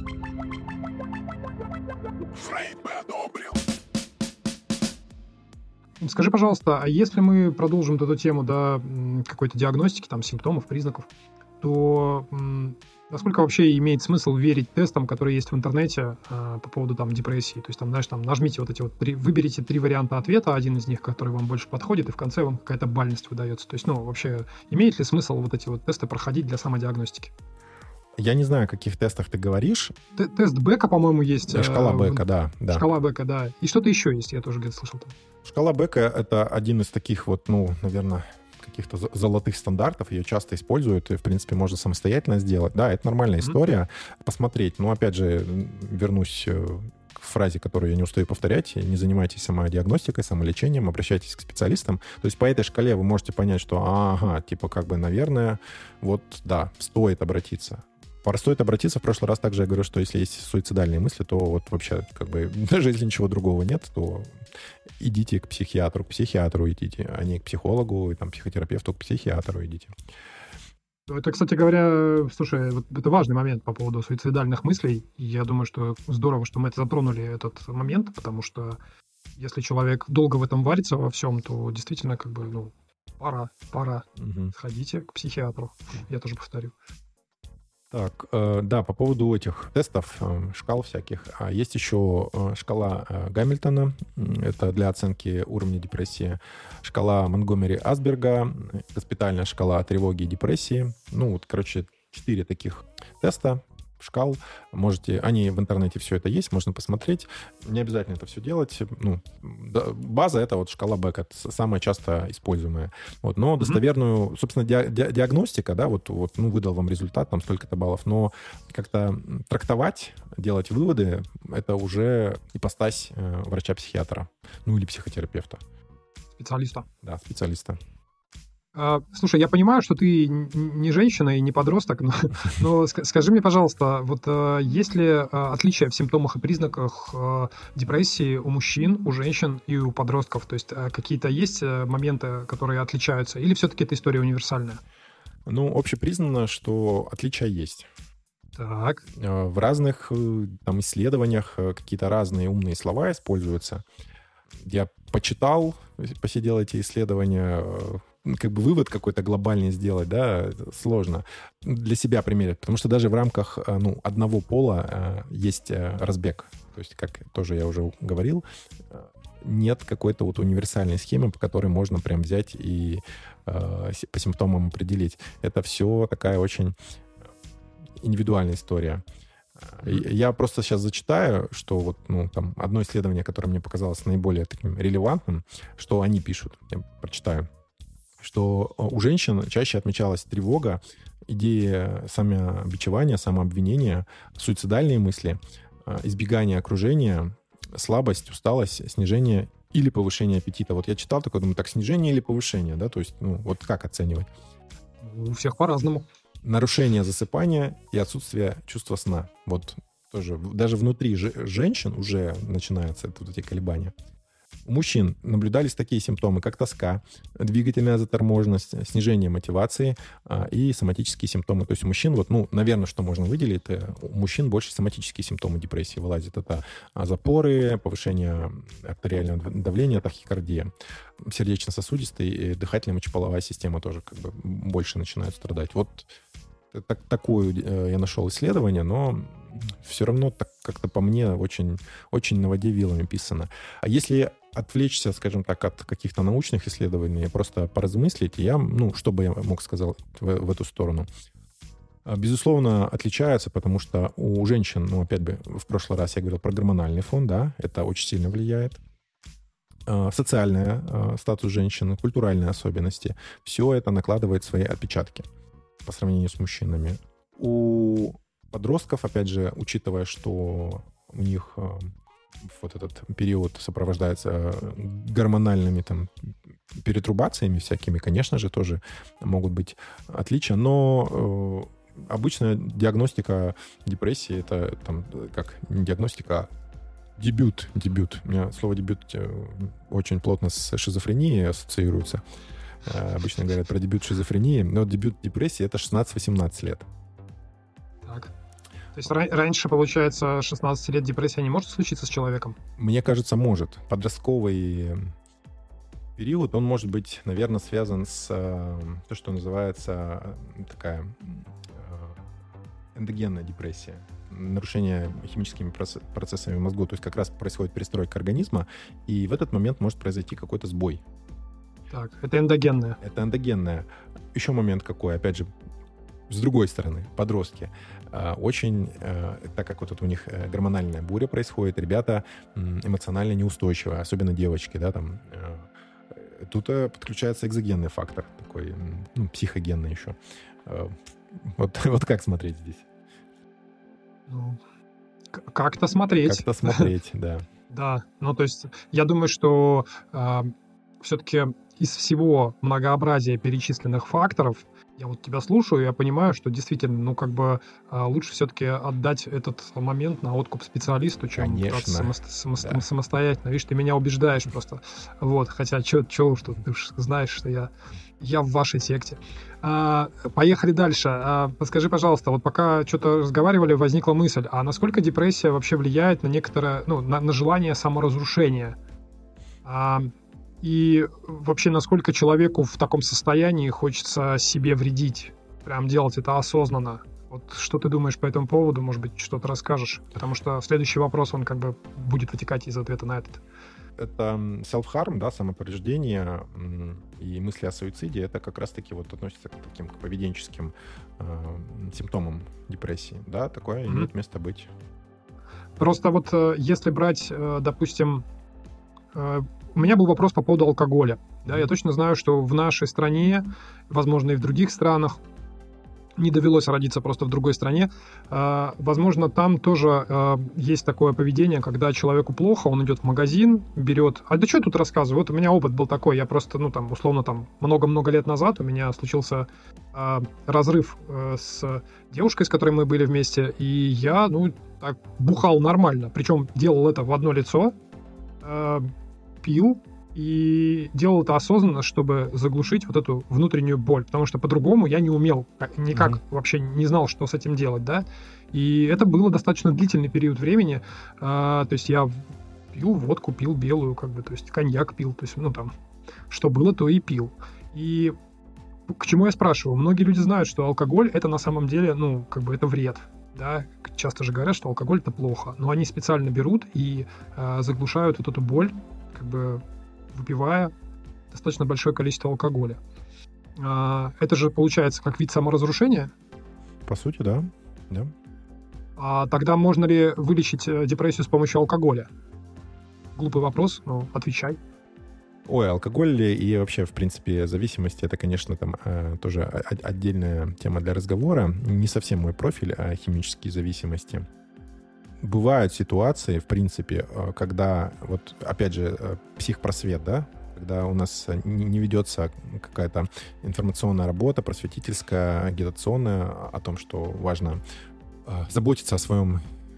Скажи, пожалуйста, а если мы продолжим эту тему, да, м, какой-то диагностики, там, симптомов, признаков, то м, насколько вообще имеет смысл верить тестам, которые есть в интернете а, по поводу там депрессии? То есть там, знаешь, там нажмите вот эти вот три, выберите три варианта ответа, один из них, который вам больше подходит, и в конце вам какая-то бальность выдается. То есть, ну, вообще, имеет ли смысл вот эти вот тесты проходить для самодиагностики? Я не знаю, о каких тестах ты говоришь. Т- Тест Бека, по-моему, есть. э, Шкала в- Бека, да, да. Шкала Бека, да. И что-то еще есть, я тоже где-то слышал там. Шкала Бека — это один из таких вот, ну, наверное, каких-то за- золотых стандартов. Ее часто используют, и, в принципе, можно самостоятельно сделать. Да, это нормальная Мгм. история. Посмотреть. Но, опять же, вернусь э, к фразе, которую я не устаю повторять. Не занимайтесь самодиагностикой, самолечением, обращайтесь к специалистам. То есть по этой шкале вы можете понять, что, ага, типа, как бы, наверное, вот, да, стоит обратиться. Про стоит обратиться. В прошлый раз также я говорю, что если есть суицидальные мысли, то вот вообще, как бы, даже если ничего другого нет, то идите к психиатру, к психиатру идите, а не к психологу, и там, психотерапевту, к психиатру идите. Это, кстати говоря, слушай, вот это важный момент по поводу суицидальных мыслей. И я думаю, что здорово, что мы это затронули, этот момент, потому что если человек долго в этом варится во всем, то действительно, как бы, ну, пора, пора. Мгм. Сходите к психиатру. Я тоже повторю. Так, э, да, по поводу этих тестов, э, шкал всяких. А есть еще э, шкала э, Гамильтона, м, это для оценки уровня депрессии. Шкала Монгомери-Асберга, э, госпитальная шкала тревоги и депрессии. Ну, вот, короче, четыре таких теста, шкал. Можете, они в интернете все это есть, можно посмотреть. Не обязательно это все делать. Ну, да, база — это вот шкала Бека, это самая часто используемая. Вот, но достоверную, собственно, ди- ди- диагностика, да, вот, вот, ну, выдал вам результат, там столько-то баллов, но как-то трактовать, делать выводы — это уже ипостась э, врача-психиатра, ну, или психотерапевта, Специалиста. да, специалиста. А, слушай, я понимаю, что ты н- не женщина и не подросток, но, но ска- скажи мне, пожалуйста, вот а, есть ли а, отличия в симптомах и признаках а, депрессии у мужчин, у женщин и у подростков? То есть а, какие-то есть а, моменты, которые отличаются? Или все-таки эта история универсальная? Ну, общепризнано, что отличия есть. Так. Э, В разных э, там исследованиях э, какие-то разные умные слова используются. Я почитал, посидел эти исследования, э, как бы вывод какой-то глобальный сделать, да, это сложно для себя примерить, потому что даже в рамках, э, ну, одного пола э, есть э, разбег. То есть, как тоже я уже говорил, э, нет какой-то вот универсальной схемы, по которой можно прям взять и э, с- по симптомам определить. Это все такая очень индивидуальная история. И Я просто сейчас зачитаю, что вот, ну, там одно исследование, которое мне показалось наиболее таким релевантным, что они пишут, я прочитаю, что у женщин чаще отмечалась тревога, идея самобичевания, самообвинения, суицидальные мысли, э, избегание окружения, слабость, усталость, снижение или повышение аппетита. Вот я читал такое, думаю, так, снижение или повышение, да, то есть, ну, вот как оценивать? У всех по-разному. Нарушение засыпания и отсутствие чувства сна. Вот тоже в- даже внутри же- женщин уже начинаются вот эти колебания. У мужчин наблюдались такие симптомы, как тоска, двигательная заторможенность, снижение мотивации а, и соматические симптомы. То есть у мужчин, вот, ну, наверное, что можно выделить, это у мужчин больше соматические симптомы депрессии вылазят. Это запоры, повышение артериального давления, тахикардия. Сердечно-сосудистая и дыхательно-мочеполовая система тоже как бы больше начинают страдать. Вот так, такое я нашел исследование, но все равно так как-то по мне очень, очень на воде вилами писано. А если отвлечься, скажем так, от каких-то научных исследований, просто поразмыслить, я, ну, что бы я мог сказать в, в эту сторону? Безусловно, отличаются, потому что у женщин, ну, опять бы, в прошлый раз я говорил про гормональный фон, да, это очень сильно влияет. Социальный статус женщины, культуральные особенности, все это накладывает свои отпечатки по сравнению с мужчинами. У подростков, опять же, учитывая, что у них вот этот период сопровождается гормональными там перетрубациями всякими, конечно же, тоже могут быть отличия, но э, обычная диагностика депрессии — это там как не диагностика, а дебют, дебют. У меня слово дебют очень плотно с шизофренией ассоциируется. Э, обычно говорят про дебют шизофрении, но дебют депрессии — это шестнадцать-восемнадцать лет. Так. То есть ра- раньше, получается, шестнадцать лет депрессия не может случиться с человеком? Мне кажется, может. Подростковый период, он может быть, наверное, связан с э, то, что называется э, такая э, эндогенная депрессия. Нарушение химическими процесс- процессами в мозгу. То есть как раз происходит перестройка организма, и в этот момент может произойти какой-то сбой. Так, это эндогенная. Это эндогенная. Еще момент какой, опять же, с другой стороны, подростки. Очень, так как вот это у них гормональная буря происходит, ребята эмоционально неустойчивые, особенно девочки, да, там. Тут подключается экзогенный фактор, такой, ну, психогенный еще. Вот, вот как смотреть здесь? Ну, как-то смотреть. Как-то смотреть, да. Да, ну то есть я думаю, что э, все-таки из всего многообразия перечисленных факторов я вот тебя слушаю, я понимаю, что действительно, ну, как бы э, лучше все-таки отдать этот момент на откуп специалисту, чем пытаться само- само- да. самостоятельно. Видишь, ты меня убеждаешь просто. Вот, хотя, что уж тут, ты уж знаешь, что я, я в вашей секте. А, поехали дальше. А, подскажи, пожалуйста, вот пока что-то разговаривали, возникла мысль, а насколько депрессия вообще влияет на некоторое, ну, на, на желание саморазрушения? А, И вообще, насколько человеку в таком состоянии хочется себе вредить, прям делать это осознанно. Вот что ты думаешь по этому поводу? Может быть, что-то расскажешь? Потому что следующий вопрос, он как бы будет вытекать из ответа на этот. Это self-harm, да, самоповреждение и мысли о суициде, это как раз-таки вот относится к таким к поведенческим э, симптомам депрессии. Да, такое mm-hmm. имеет место быть. Просто вот если брать, допустим, у меня был вопрос по поводу алкоголя. Да, я точно знаю, что в нашей стране, возможно, и в других странах, не довелось родиться просто в другой стране, э, возможно, там тоже э, есть такое поведение, когда человеку плохо, он идет в магазин, берет... А да что я тут рассказываю? Вот у меня опыт был такой, я просто, ну, там, условно, там, много-много лет назад у меня случился э, разрыв э, с девушкой, с которой мы были вместе, и я, ну, так, бухал нормально, причем делал это в одно лицо, э, пил и делал это осознанно, чтобы заглушить вот эту внутреннюю боль, потому что по-другому я не умел, никак mm-hmm. вообще не знал, что с этим делать, да, и это было достаточно длительный период времени, а, то есть я пил водку, пил белую, как бы, то есть коньяк пил, то есть, ну, там, что было, то и пил. И к чему я спрашиваю? Многие люди знают, что алкоголь — это на самом деле, ну, как бы, это вред. Да, часто же говорят, что алкоголь — это плохо, но они специально берут и э, заглушают вот эту боль, как бы выпивая достаточно большое количество алкоголя. А, это же получается как вид саморазрушения? По сути, да. да. А тогда можно ли вылечить депрессию с помощью алкоголя? Глупый вопрос, но отвечай. Ой, алкоголь и вообще, в принципе, зависимости — это, конечно, там э, тоже отдельная тема для разговора. Не совсем мой профиль, а химические зависимости. Бывают ситуации, в принципе, когда, вот, опять же, психпросвет, да, когда у нас не ведется какая-то информационная работа, просветительская, агитационная о том, что важно заботиться о своем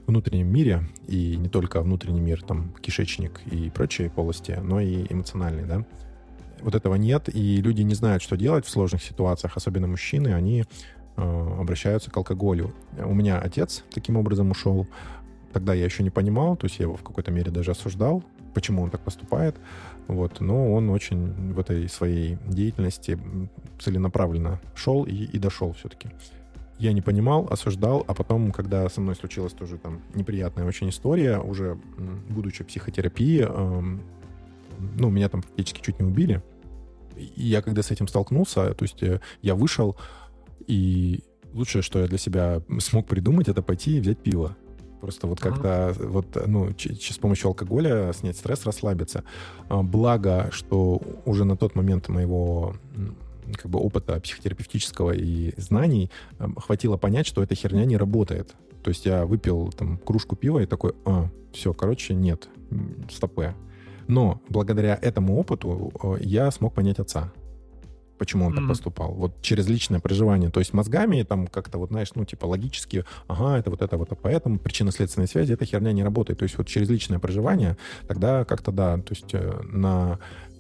внутреннем мире, и не только внутренний мир, там, кишечник и прочие полости, но и эмоциональный, да. Вот этого нет, и люди не знают, что делать в сложных ситуациях, особенно мужчины, они э, обращаются к алкоголю. У меня отец таким образом ушел, тогда я еще не понимал, то есть я его в какой-то мере даже осуждал, почему он так поступает, вот, но он очень в этой своей деятельности целенаправленно шел и, и дошел все-таки. Я не понимал, осуждал, а потом, когда со мной случилась тоже там неприятная очень история, уже будучи в психотерапии, эм, ну, меня там практически чуть не убили, и я когда с этим столкнулся, то есть я вышел, и лучшее, что я для себя смог придумать, это пойти и взять пиво. Просто вот как-то uh-huh. вот, ну, ч- ч- с помощью алкоголя снять стресс, расслабиться. Благо, что уже на тот момент моего как бы опыта психотерапевтического и знаний хватило понять, что эта херня не работает. То есть я выпил там кружку пива и такой, а, все, короче, нет, стопэ. Но благодаря этому опыту я смог понять отца. Почему он mm-hmm. так поступал. Вот через личное проживание. То есть мозгами там как-то вот, знаешь, ну, типа логически, ага, это вот это вот, а поэтому причинно-следственной связи, эта херня не работает. То есть вот через личное проживание тогда как-то, да, то есть на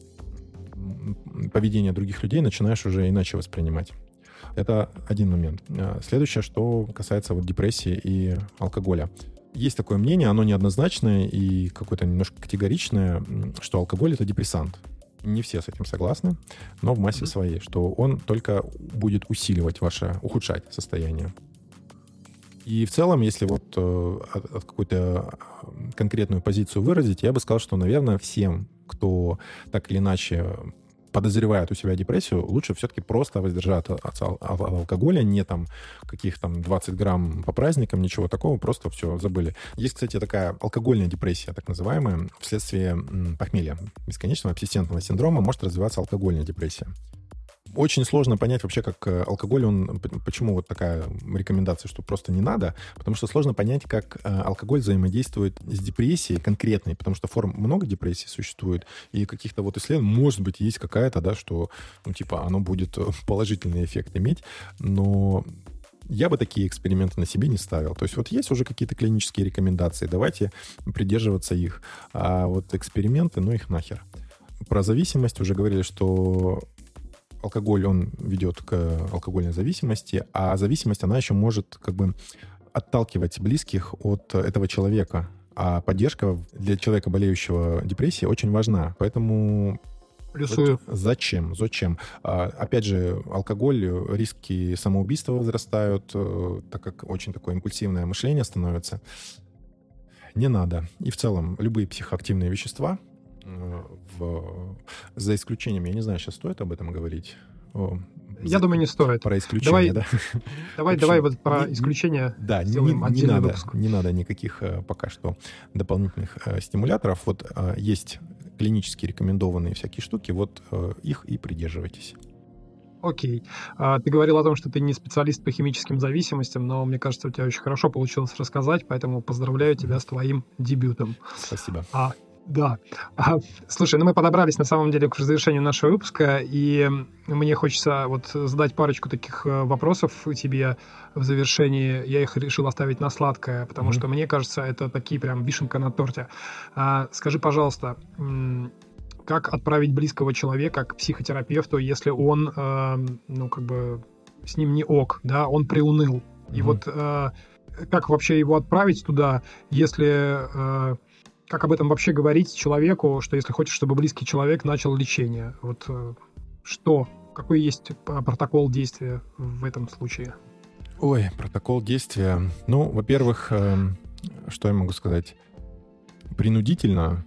поведение других людей начинаешь уже иначе воспринимать. Это один момент. Следующее, что касается вот депрессии и алкоголя. Есть такое мнение, оно неоднозначное и какое-то немножко категоричное, что алкоголь — это депрессант. Не все с этим согласны, но в массе mm-hmm. своей, что он только будет усиливать ваше, ухудшать состояние. И в целом, если вот э, какую-то конкретную позицию выразить, я бы сказал, что, наверное, всем, кто так или иначе подозревает у себя депрессию, лучше все-таки просто воздержаться от, от, от алкоголя, не там каких там двадцать грамм по праздникам, ничего такого, просто все, забыли. Есть, кстати, такая алкогольная депрессия, так называемая, вследствие м, похмелья. Бесконечного абстинентного синдрома может развиваться алкогольная депрессия. Очень сложно понять вообще, как алкоголь, он, почему вот такая рекомендация, что просто не надо, потому что сложно понять, как алкоголь взаимодействует с депрессией конкретной, потому что форм много депрессий существует, и каких-то вот исследований, может быть, есть какая-то, да, что, ну, типа, оно будет положительный эффект иметь, но я бы такие эксперименты на себе не ставил. То есть вот есть уже какие-то клинические рекомендации, давайте придерживаться их, а вот эксперименты, ну, их нахер. Про зависимость уже говорили, что алкоголь, он ведет к алкогольной зависимости, а зависимость, она еще может как бы отталкивать близких от этого человека. А поддержка для человека, болеющего депрессией, очень важна. Поэтому плюсую. Зачем? Зачем? А, опять же, алкоголь, риски самоубийства возрастают, так как очень такое импульсивное мышление становится. Не надо. И в целом любые психоактивные вещества, В, за исключением, я не знаю, сейчас стоит об этом говорить? О, я за, думаю, не стоит. Про исключение, давай, да? Давай, общем, давай вот про не, исключение да, сделаем не, отдельный не надо, выпуск. Не надо никаких пока что дополнительных стимуляторов. Вот есть клинически рекомендованные всякие штуки, вот их и придерживайтесь. Окей. А, ты говорил о том, что ты не специалист по химическим зависимостям, но мне кажется, у тебя очень хорошо получилось рассказать, поэтому поздравляю тебя с твоим дебютом. Спасибо. А, Да. А, слушай, ну мы подобрались на самом деле к завершению нашего выпуска, и мне хочется вот задать парочку таких вопросов тебе в завершении. Я их решил оставить на сладкое, потому mm-hmm. что мне кажется, это такие прям вишенка на торте. А, скажи, пожалуйста, как отправить близкого человека к психотерапевту, если он, э, ну как бы с ним не ок, да, он приуныл. Mm-hmm. И вот э, как вообще его отправить туда, если... Э, Как об этом вообще говорить человеку, что если хочешь, чтобы близкий человек начал лечение? Вот что? Какой есть протокол действия в этом случае? Ой, протокол действия. Ну, во-первых, что я могу сказать? Принудительно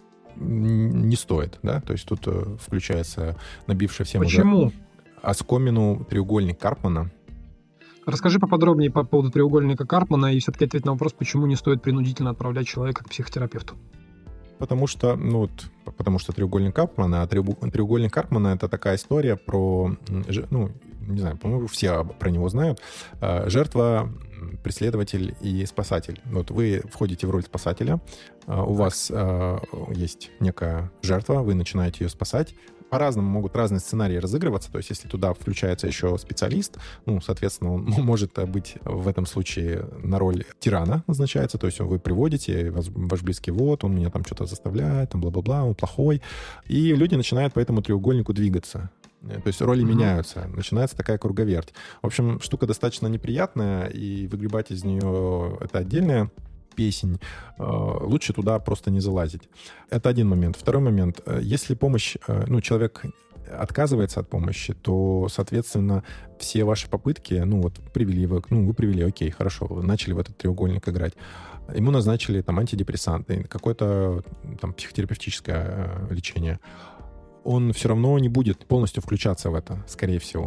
не стоит, да? То есть тут включается набившая всем Почему? уже оскомину треугольник Карпмана. Расскажи поподробнее по поводу треугольника Карпмана и все-таки ответь на вопрос, почему не стоит принудительно отправлять человека к психотерапевту. Потому что, ну вот, потому что треугольник Карпмана, а треугольник Карпмана — это такая история про, ну, не знаю, по-моему, все про него знают. Жертва, преследователь и спасатель. Вот вы входите в роль спасателя, у вас есть некая жертва, вы начинаете ее спасать, по-разному могут разные сценарии разыгрываться. То есть если туда включается еще специалист, ну, соответственно, он может быть в этом случае на роль тирана назначается. То есть вы приводите, ваш, ваш близкий, вот, он меня там что-то заставляет, там бла-бла-бла, он плохой. И люди начинают по этому треугольнику двигаться. То есть роли mm-hmm. меняются. Начинается такая круговерть. В общем, штука достаточно неприятная, и выгребать из нее — это отдельная песень. Лучше туда просто не залазить. Это один момент. Второй момент. Если помощь, ну, человек отказывается от помощи, то, соответственно, все ваши попытки, ну, вот, привели вы, ну, вы привели, окей, хорошо, вы начали в этот треугольник играть. Ему назначили там антидепрессанты, какое-то там психотерапевтическое лечение. Он все равно не будет полностью включаться в это, скорее всего.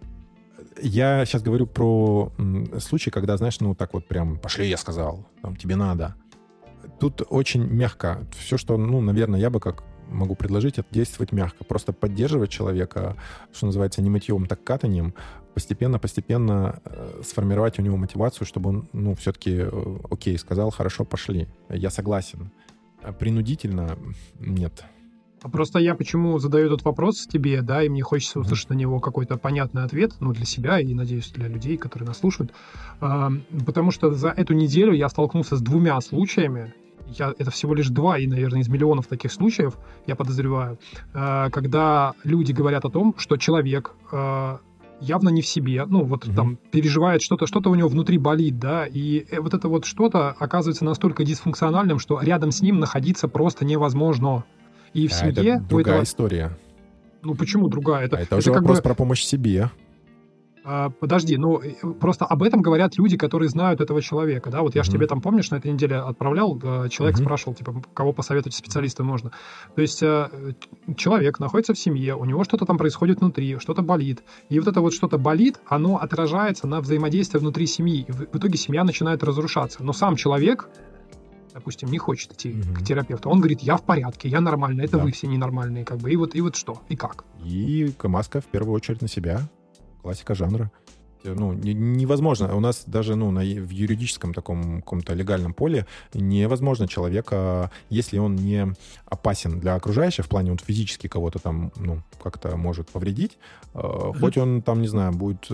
Я сейчас говорю про случай, когда, знаешь, ну так вот прям «пошли, я сказал, там, тебе надо». Тут очень мягко. Все, что, ну, наверное, я бы как могу предложить, это действовать мягко. Просто поддерживать человека, что называется, не мытьем, так катанием, постепенно-постепенно сформировать у него мотивацию, чтобы он, ну, все-таки, окей, сказал, хорошо, пошли, я согласен. Принудительно нет. Просто я почему задаю этот вопрос тебе, да, и мне хочется услышать на него какой-то понятный ответ, ну, для себя и, надеюсь, для людей, которые нас слушают. А, потому что за эту неделю я столкнулся с двумя случаями. Я, это всего лишь два, и, наверное, из миллионов таких случаев, я подозреваю, а, когда люди говорят о том, что человек а, явно не в себе, ну, вот угу. там переживает что-то, что-то у него внутри болит, да, и вот это вот что-то оказывается настолько дисфункциональным, что рядом с ним находиться просто невозможно. И в а семье... Это другая этого... история. Ну, почему другая? Это, а это уже это вопрос бы... про помощь себе. А, подожди, ну, просто об этом говорят люди, которые знают этого человека, да? Вот я mm-hmm. же тебе там, помнишь, на этой неделе отправлял, человек mm-hmm. спрашивал, типа, кого посоветовать специалистам можно. То есть человек находится в семье, у него что-то там происходит внутри, что-то болит. И вот это вот что-то болит, оно отражается на взаимодействие внутри семьи. И в итоге семья начинает разрушаться. Но сам человек... допустим, не хочет идти mm-hmm. к терапевту. Он говорит, я в порядке, я нормальный, это да. вы все ненормальные, как бы. И вот, и вот что, и как? И маска в первую очередь на себя. Классика жанра. Ну, невозможно. У нас даже ну, на, в юридическом таком каком-то легальном поле невозможно человека, если он не опасен для окружающих, в плане он физически кого-то там ну, как-то может повредить, mm-hmm. хоть он там, не знаю, будет...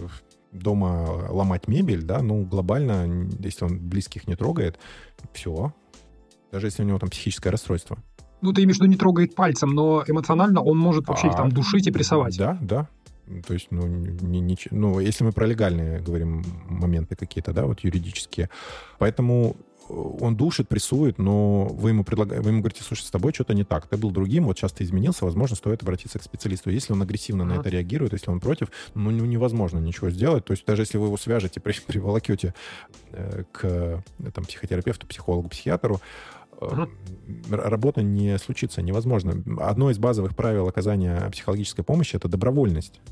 дома ломать мебель, да, ну, глобально, если он близких не трогает, все. Даже если у него там психическое расстройство. Ну, ты имеешь в виду, не трогает пальцем, но эмоционально он может вообще а, их там душить и прессовать. Да, да. То есть, ну, не, не, ну, если мы про легальные говорим моменты какие-то, да, вот юридические. Поэтому он душит, прессует, но вы ему предлагаете, вы ему говорите, слушай, с тобой что-то не так, ты был другим, вот сейчас ты изменился, возможно, стоит обратиться к специалисту. Если он агрессивно ага. на это реагирует, если он против, ну, невозможно ничего сделать. То есть даже если вы его свяжете, приволокете э, к там, психотерапевту, психологу, психиатру, э, ага. работа не случится, невозможно. Одно из базовых правил оказания психологической помощи — это добровольность.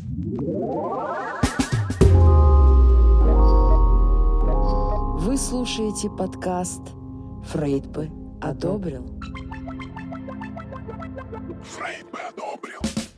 Вы слушаете подкаст «Фрейд бы одобрил». Фрейд бы одобрил.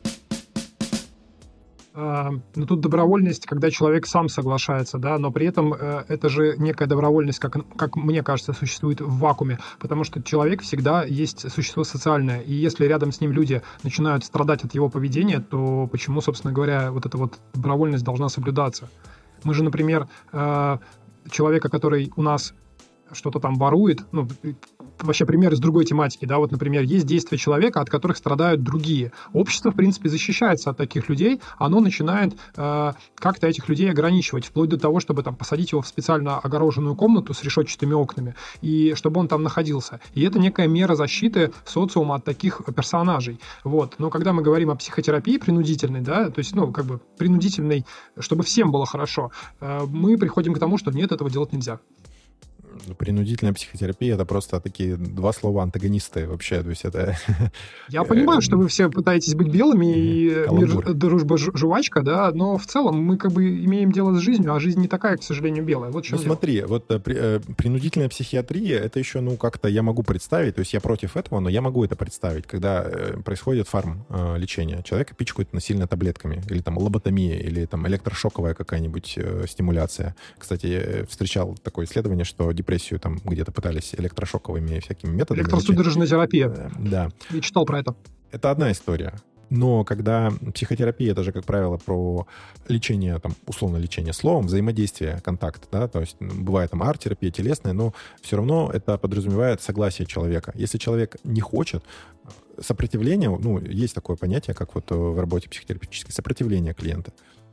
А, ну, тут добровольность, когда человек сам соглашается, да, но при этом э, это же некая добровольность, как, как мне кажется, существует в вакууме, потому что человек всегда есть существо социальное, и если рядом с ним люди начинают страдать от его поведения, то почему, собственно говоря, вот эта вот добровольность должна соблюдаться? Мы же, например, э, человека, который у нас что-то там ворует, ну, вообще пример из другой тематики, да, вот, например, есть действия человека, от которых страдают другие. Общество, в принципе, защищается от таких людей, оно начинает э, как-то этих людей ограничивать, вплоть до того, чтобы там посадить его в специально огороженную комнату с решетчатыми окнами, и чтобы он там находился. И это некая мера защиты социума от таких персонажей. Вот. Но когда мы говорим о психотерапии принудительной, да, то есть, ну, как бы принудительной, чтобы всем было хорошо, э, мы приходим к тому, что нет, этого делать нельзя. Принудительная психотерапия — это просто такие два слова антагонисты вообще. То есть это... Я понимаю, что вы все пытаетесь быть белыми, и мир, дружба, жвачка, да, но в целом мы как бы имеем дело с жизнью, а жизнь не такая, к сожалению, белая. Вот ну смотри, вот при, принудительная психиатрия — это еще, ну, как-то я могу представить, то есть я против этого, но я могу это представить, когда происходит фарм-лечение. Человека пичкают насильно таблетками, или там лоботомия, или там электрошоковая какая-нибудь стимуляция. Кстати, я встречал такое исследование, что депрессию там где-то пытались электрошоковыми всякими методами. Электросудорожная терапия. Да. Я читал про это. Это одна история. Но когда психотерапия, это же, как правило, про лечение, там, условно лечение словом, взаимодействие, контакт, да, то есть бывает там арт-терапия телесная, но все равно это подразумевает согласие человека. Если человек не хочет, сопротивление, ну, есть такое понятие, как вот в работе психотерапевтической, сопротивление клиента.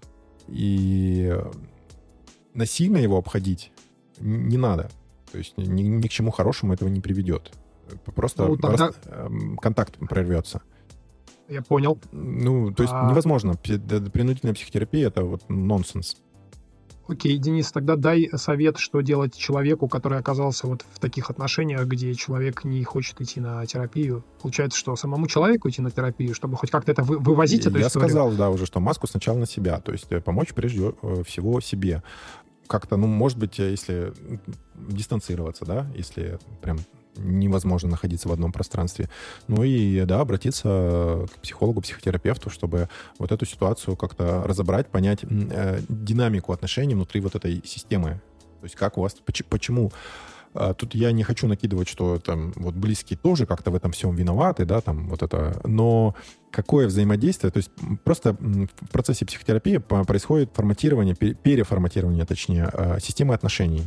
И насильно его обходить не надо. То есть ни, ни к чему хорошему этого не приведет. Просто, ну, тогда... просто контакт прорвется. Я понял. Ну, то есть а... невозможно. Принудительная психотерапия — это вот нонсенс. Окей, Денис, тогда дай совет, что делать человеку, который оказался вот в таких отношениях, где человек не хочет идти на терапию. Получается, что самому человеку идти на терапию, чтобы хоть как-то это вы, вывозить, эту Я историю? сказал, да, уже, что маску сначала на себя. То есть помочь прежде всего себе. Как-то, ну, может быть, если дистанцироваться, да, если прям невозможно находиться в одном пространстве. Ну и, да, обратиться к психологу, психотерапевту, чтобы вот эту ситуацию как-то разобрать, понять э, динамику отношений внутри вот этой системы. То есть как у вас, почему... почему э, тут я не хочу накидывать, что там вот близкие тоже как-то в этом всем виноваты, да, там вот это, но какое взаимодействие, то есть просто в процессе психотерапии происходит форматирование, переформатирование, точнее, э, системы отношений.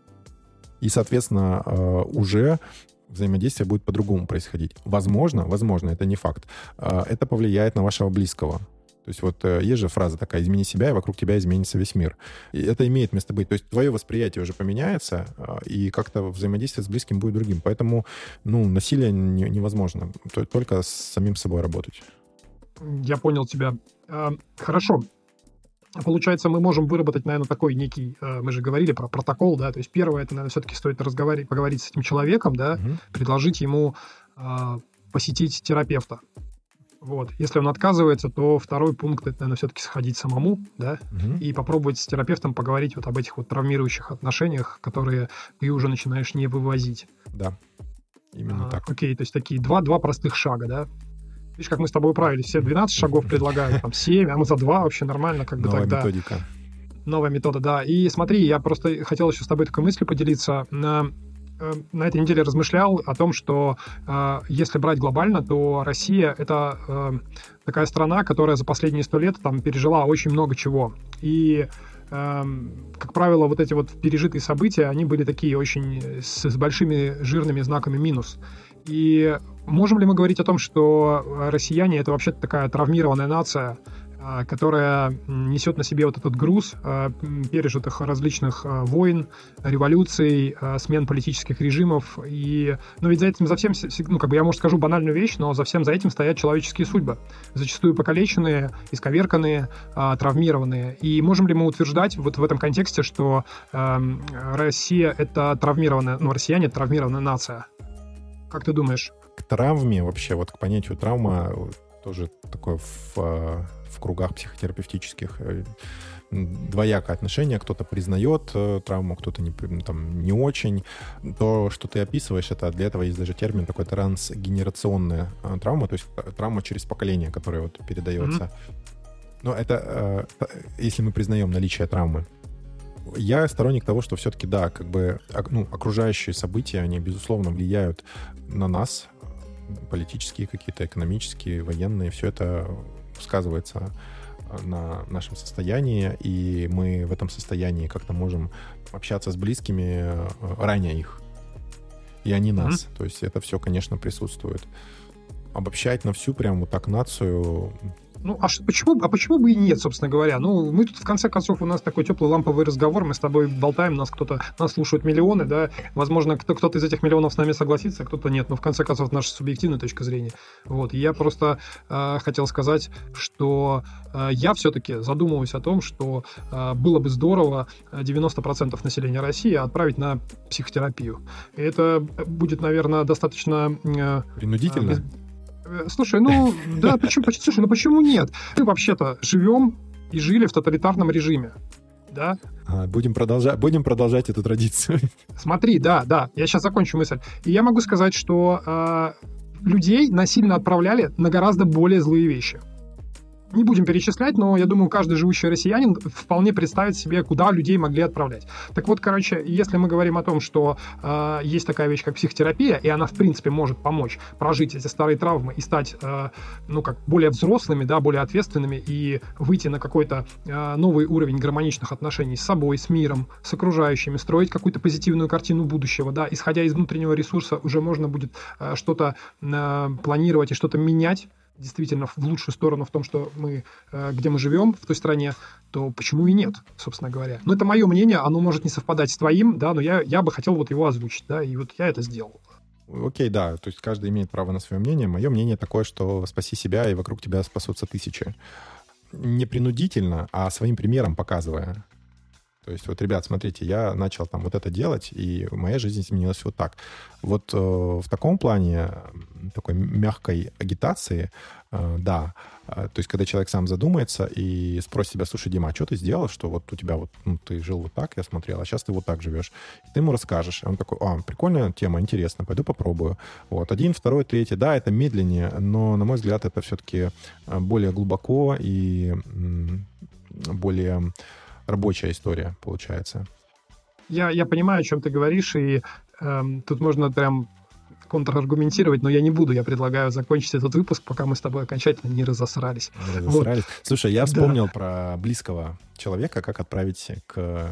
И, соответственно, уже взаимодействие будет по-другому происходить. Возможно, возможно, это не факт. Это повлияет на вашего близкого. То есть вот есть же фраза такая: «Измени себя, и вокруг тебя изменится весь мир». И это имеет место быть. То есть твое восприятие уже поменяется, и как-то взаимодействие с близким будет другим. Поэтому, ну, насилие невозможно. Только с самим собой работать. Я понял тебя. Хорошо. Получается, мы можем выработать, наверное, такой некий, мы же говорили про протокол, да, то есть первое, это, наверное, все-таки стоит разговаривать, поговорить с этим человеком, да, угу. предложить ему э, посетить терапевта. Вот. Если он отказывается, то второй пункт, это, наверное, все-таки сходить самому, да, угу. и попробовать с терапевтом поговорить вот об этих вот травмирующих отношениях, которые ты уже начинаешь не вывозить. Да, именно а, так. Окей, то есть такие два, два простых шага, да. Видишь, как мы с тобой управились, все двенадцать шагов предлагают, там семь, а мы за два вообще нормально, как бы Новая тогда. Новая методика. Новая метода, да. И смотри, я просто хотел еще с тобой такой мыслью поделиться. На, на этой неделе размышлял о том, что э, если брать глобально, то Россия — это э, такая страна, которая за последние сто лет там пережила очень много чего. И как правило, вот эти вот пережитые события, они были такие очень с, с большими жирными знаками минус. И можем ли мы говорить о том, что россияне — это вообще-то такая травмированная нация, которая несет на себе вот этот груз пережитых различных войн, революций, смен политических режимов. И, ну, ведь за этим, за всем, ну, как бы я, может, скажу банальную вещь, но за всем за этим стоят человеческие судьбы, зачастую покалеченные, исковерканные, травмированные. И можем ли мы утверждать вот в этом контексте, что э, Россия — это травмированная, ну, россияне — это травмированная нация? Как ты думаешь? К травме вообще, вот к понятию травма тоже такое в, в кругах психотерапевтических двоякое отношение. Кто-то признает травму, кто-то не, там, не очень. То, что ты описываешь, это для этого есть даже термин такой трансгенерационная травма, то есть травма через поколение, которая вот передается. Mm-hmm. Но это если мы признаем наличие травмы. Я сторонник того, что все-таки, да, как бы, ну, окружающие события, они, безусловно, влияют на нас, политические какие-то, экономические, военные, все это сказывается на нашем состоянии, и мы в этом состоянии как-то можем общаться с близкими, раня их, и они нас. Mm-hmm. То есть это все, конечно, присутствует. Обобщать на всю прям вот так нацию... Ну, а, что, почему, а почему бы и нет, собственно говоря? Ну, мы тут, в конце концов, у нас такой теплый ламповый разговор, мы с тобой болтаем, нас кто-то, нас слушают миллионы, да, возможно, кто, кто-то из этих миллионов с нами согласится, а кто-то нет, но, в конце концов, наша субъективная точка зрения. Вот, и я просто э, хотел сказать, что э, я все-таки задумываюсь о том, что э, было бы здорово девяносто процентов населения России отправить на психотерапию. И это будет, наверное, достаточно... Э, Принудительно? Без... Слушай, ну, да, почему, слушай, ну почему нет? Мы вообще-то живем и жили в тоталитарном режиме, да? А, будем, продолжать, будем продолжать эту традицию. Смотри, да, да, я сейчас закончу мысль. И я могу сказать, что э, людей насильно отправляли на гораздо более злые вещи. Не будем перечислять, но я думаю, каждый живущий россиянин вполне представит себе, куда людей могли отправлять. Так вот, короче, если мы говорим о том, что э, есть такая вещь, как психотерапия, и она, в принципе, может помочь прожить эти старые травмы и стать, э, ну, как более взрослыми, да, более ответственными и выйти на какой-то э, новый уровень гармоничных отношений с собой, с миром, с окружающими, строить какую-то позитивную картину будущего, да, исходя из внутреннего ресурса уже можно будет э, что-то э, планировать и что-то менять, действительно в лучшую сторону в том, что мы, где мы живем, в той стране, то почему и нет, собственно говоря. Но это мое мнение, оно может не совпадать с твоим, да, но я, я бы хотел вот его озвучить, да, и вот я это сделал. Окей, да, то есть каждый имеет право на свое мнение. Мое мнение такое, что спаси себя, и вокруг тебя спасутся тысячи. Не принудительно, а своим примером показывая. То есть вот, ребят, смотрите, я начал там вот это делать, и моя жизнь изменилась вот так. Вот э, в таком плане, такой мягкой агитации, э, да, э, то есть когда человек сам задумается и спросит себя: слушай, Дима, а что ты сделал, что вот у тебя вот, ну, ты жил вот так, я смотрел, а сейчас ты вот так живешь. И ты ему расскажешь. И он такой: а, прикольная тема, интересно, пойду попробую. Вот, один, второй, третий, да, это медленнее, но, на мой взгляд, это все-таки более глубоко и м, более... рабочая история получается. Я, я понимаю, о чем ты говоришь, и эм, тут можно прям контраргументировать, но я не буду. Я предлагаю закончить этот выпуск, пока мы с тобой окончательно не разосрались. Не разосрались. Вот. Слушай, я вспомнил да. про близкого человека, как отправить к,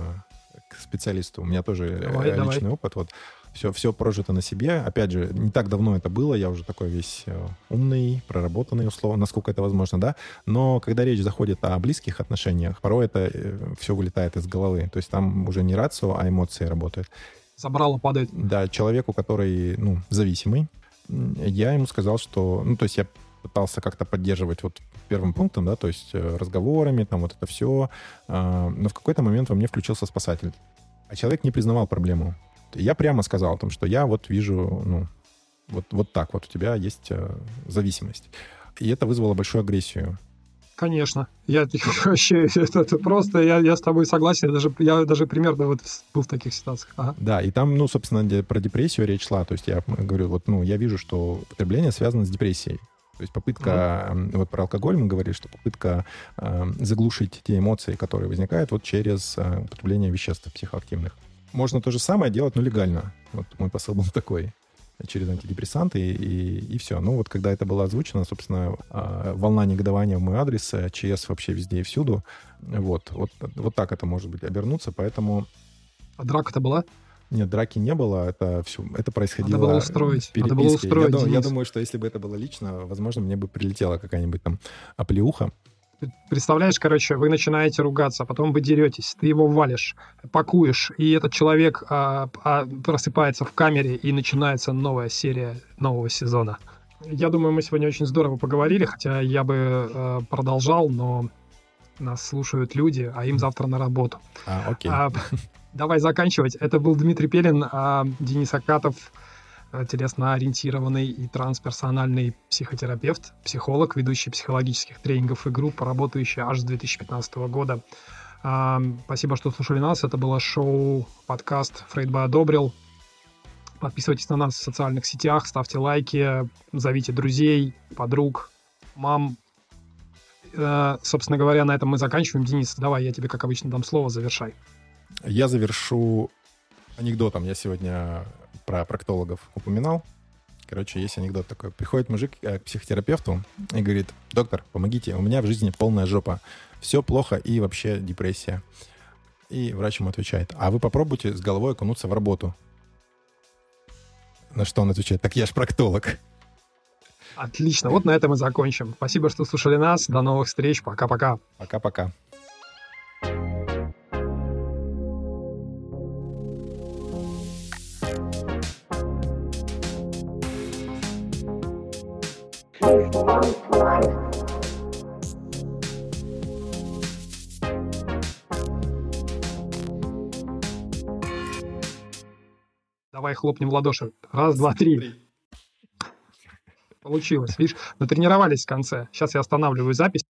к специалисту. У меня тоже давай, личный давай. опыт. Вот. Все, все прожито на себе. Опять же, не так давно это было, я уже такой весь умный, проработанный, условно, насколько это возможно, да. Но когда речь заходит о близких отношениях, порой это все вылетает из головы. То есть там уже не рацио, а эмоции работают. Забрало падает. Да, человеку, который, ну, зависимый, я ему сказал, что... Ну, то есть я пытался как-то поддерживать вот первым пунктом, да, то есть разговорами, там вот это все. Но в какой-то момент во мне включился спасатель. А человек не признавал проблему. Я прямо сказал о том, что я вот вижу, ну, вот, вот так вот у тебя есть э, зависимость. И это вызвало большую агрессию. Конечно. Я вообще, это, это просто, я, я с тобой согласен, я даже, я даже примерно вот был в таких ситуациях. Ага. Да, и там, ну, собственно, про депрессию речь шла. То есть я говорю, вот, ну, я вижу, что употребление связано с депрессией. То есть попытка, mm-hmm. вот про алкоголь мы говорили, что попытка э, заглушить те эмоции, которые возникают вот через э, употребление веществ психоактивных. Можно то же самое делать, но легально. Вот мой посыл был такой. Через антидепрессанты и, и, и все. Ну вот когда это было озвучено, собственно, волна негодования в мой адрес, ЧС вообще везде и всюду. Вот, вот, вот так это может быть обернуться, поэтому... А драка-то была? Нет, драки не было. Это, все, это происходило Надо было устроить. в переписке. Надо было устроить, я, я думаю, что если бы это было лично, возможно, мне бы прилетела какая-нибудь там оплеуха. Представляешь, короче, вы начинаете ругаться, потом вы деретесь, ты его валишь, пакуешь, и этот человек а, а, просыпается в камере, и начинается новая серия нового сезона. Я думаю, мы сегодня очень здорово поговорили, хотя я бы а, продолжал, но нас слушают люди, а им завтра на работу. А, окей. А, давай заканчивать. Это был Дмитрий Пелин, а Денис Акатов, телесно-ориентированный и трансперсональный психотерапевт, психолог, ведущий психологических тренингов и групп, работающий аж с две тысячи пятнадцатого года. А, спасибо, что слушали нас. Это было шоу, подкаст «Фрейд бы одобрил». Подписывайтесь на нас в социальных сетях, ставьте лайки, зовите друзей, подруг, мам. А, собственно говоря, на этом мы заканчиваем. Денис, давай, я тебе, как обычно, дам слово, завершай. Я завершу анекдотом. Я сегодня про проктологов упоминал. Короче, есть анекдот такой. Приходит мужик к психотерапевту и говорит: доктор, помогите, у меня в жизни полная жопа. Все плохо и вообще депрессия. И врач ему отвечает: а вы попробуйте с головой окунуться в работу. На что он отвечает: так я ж проктолог. Отлично. Вот на этом мы закончим. Спасибо, что слушали нас. До новых встреч. Пока-пока. Пока-пока. Давай хлопнем в ладоши. Раз, два, три. Получилось. Видишь, натренировались в конце. Сейчас я останавливаю запись.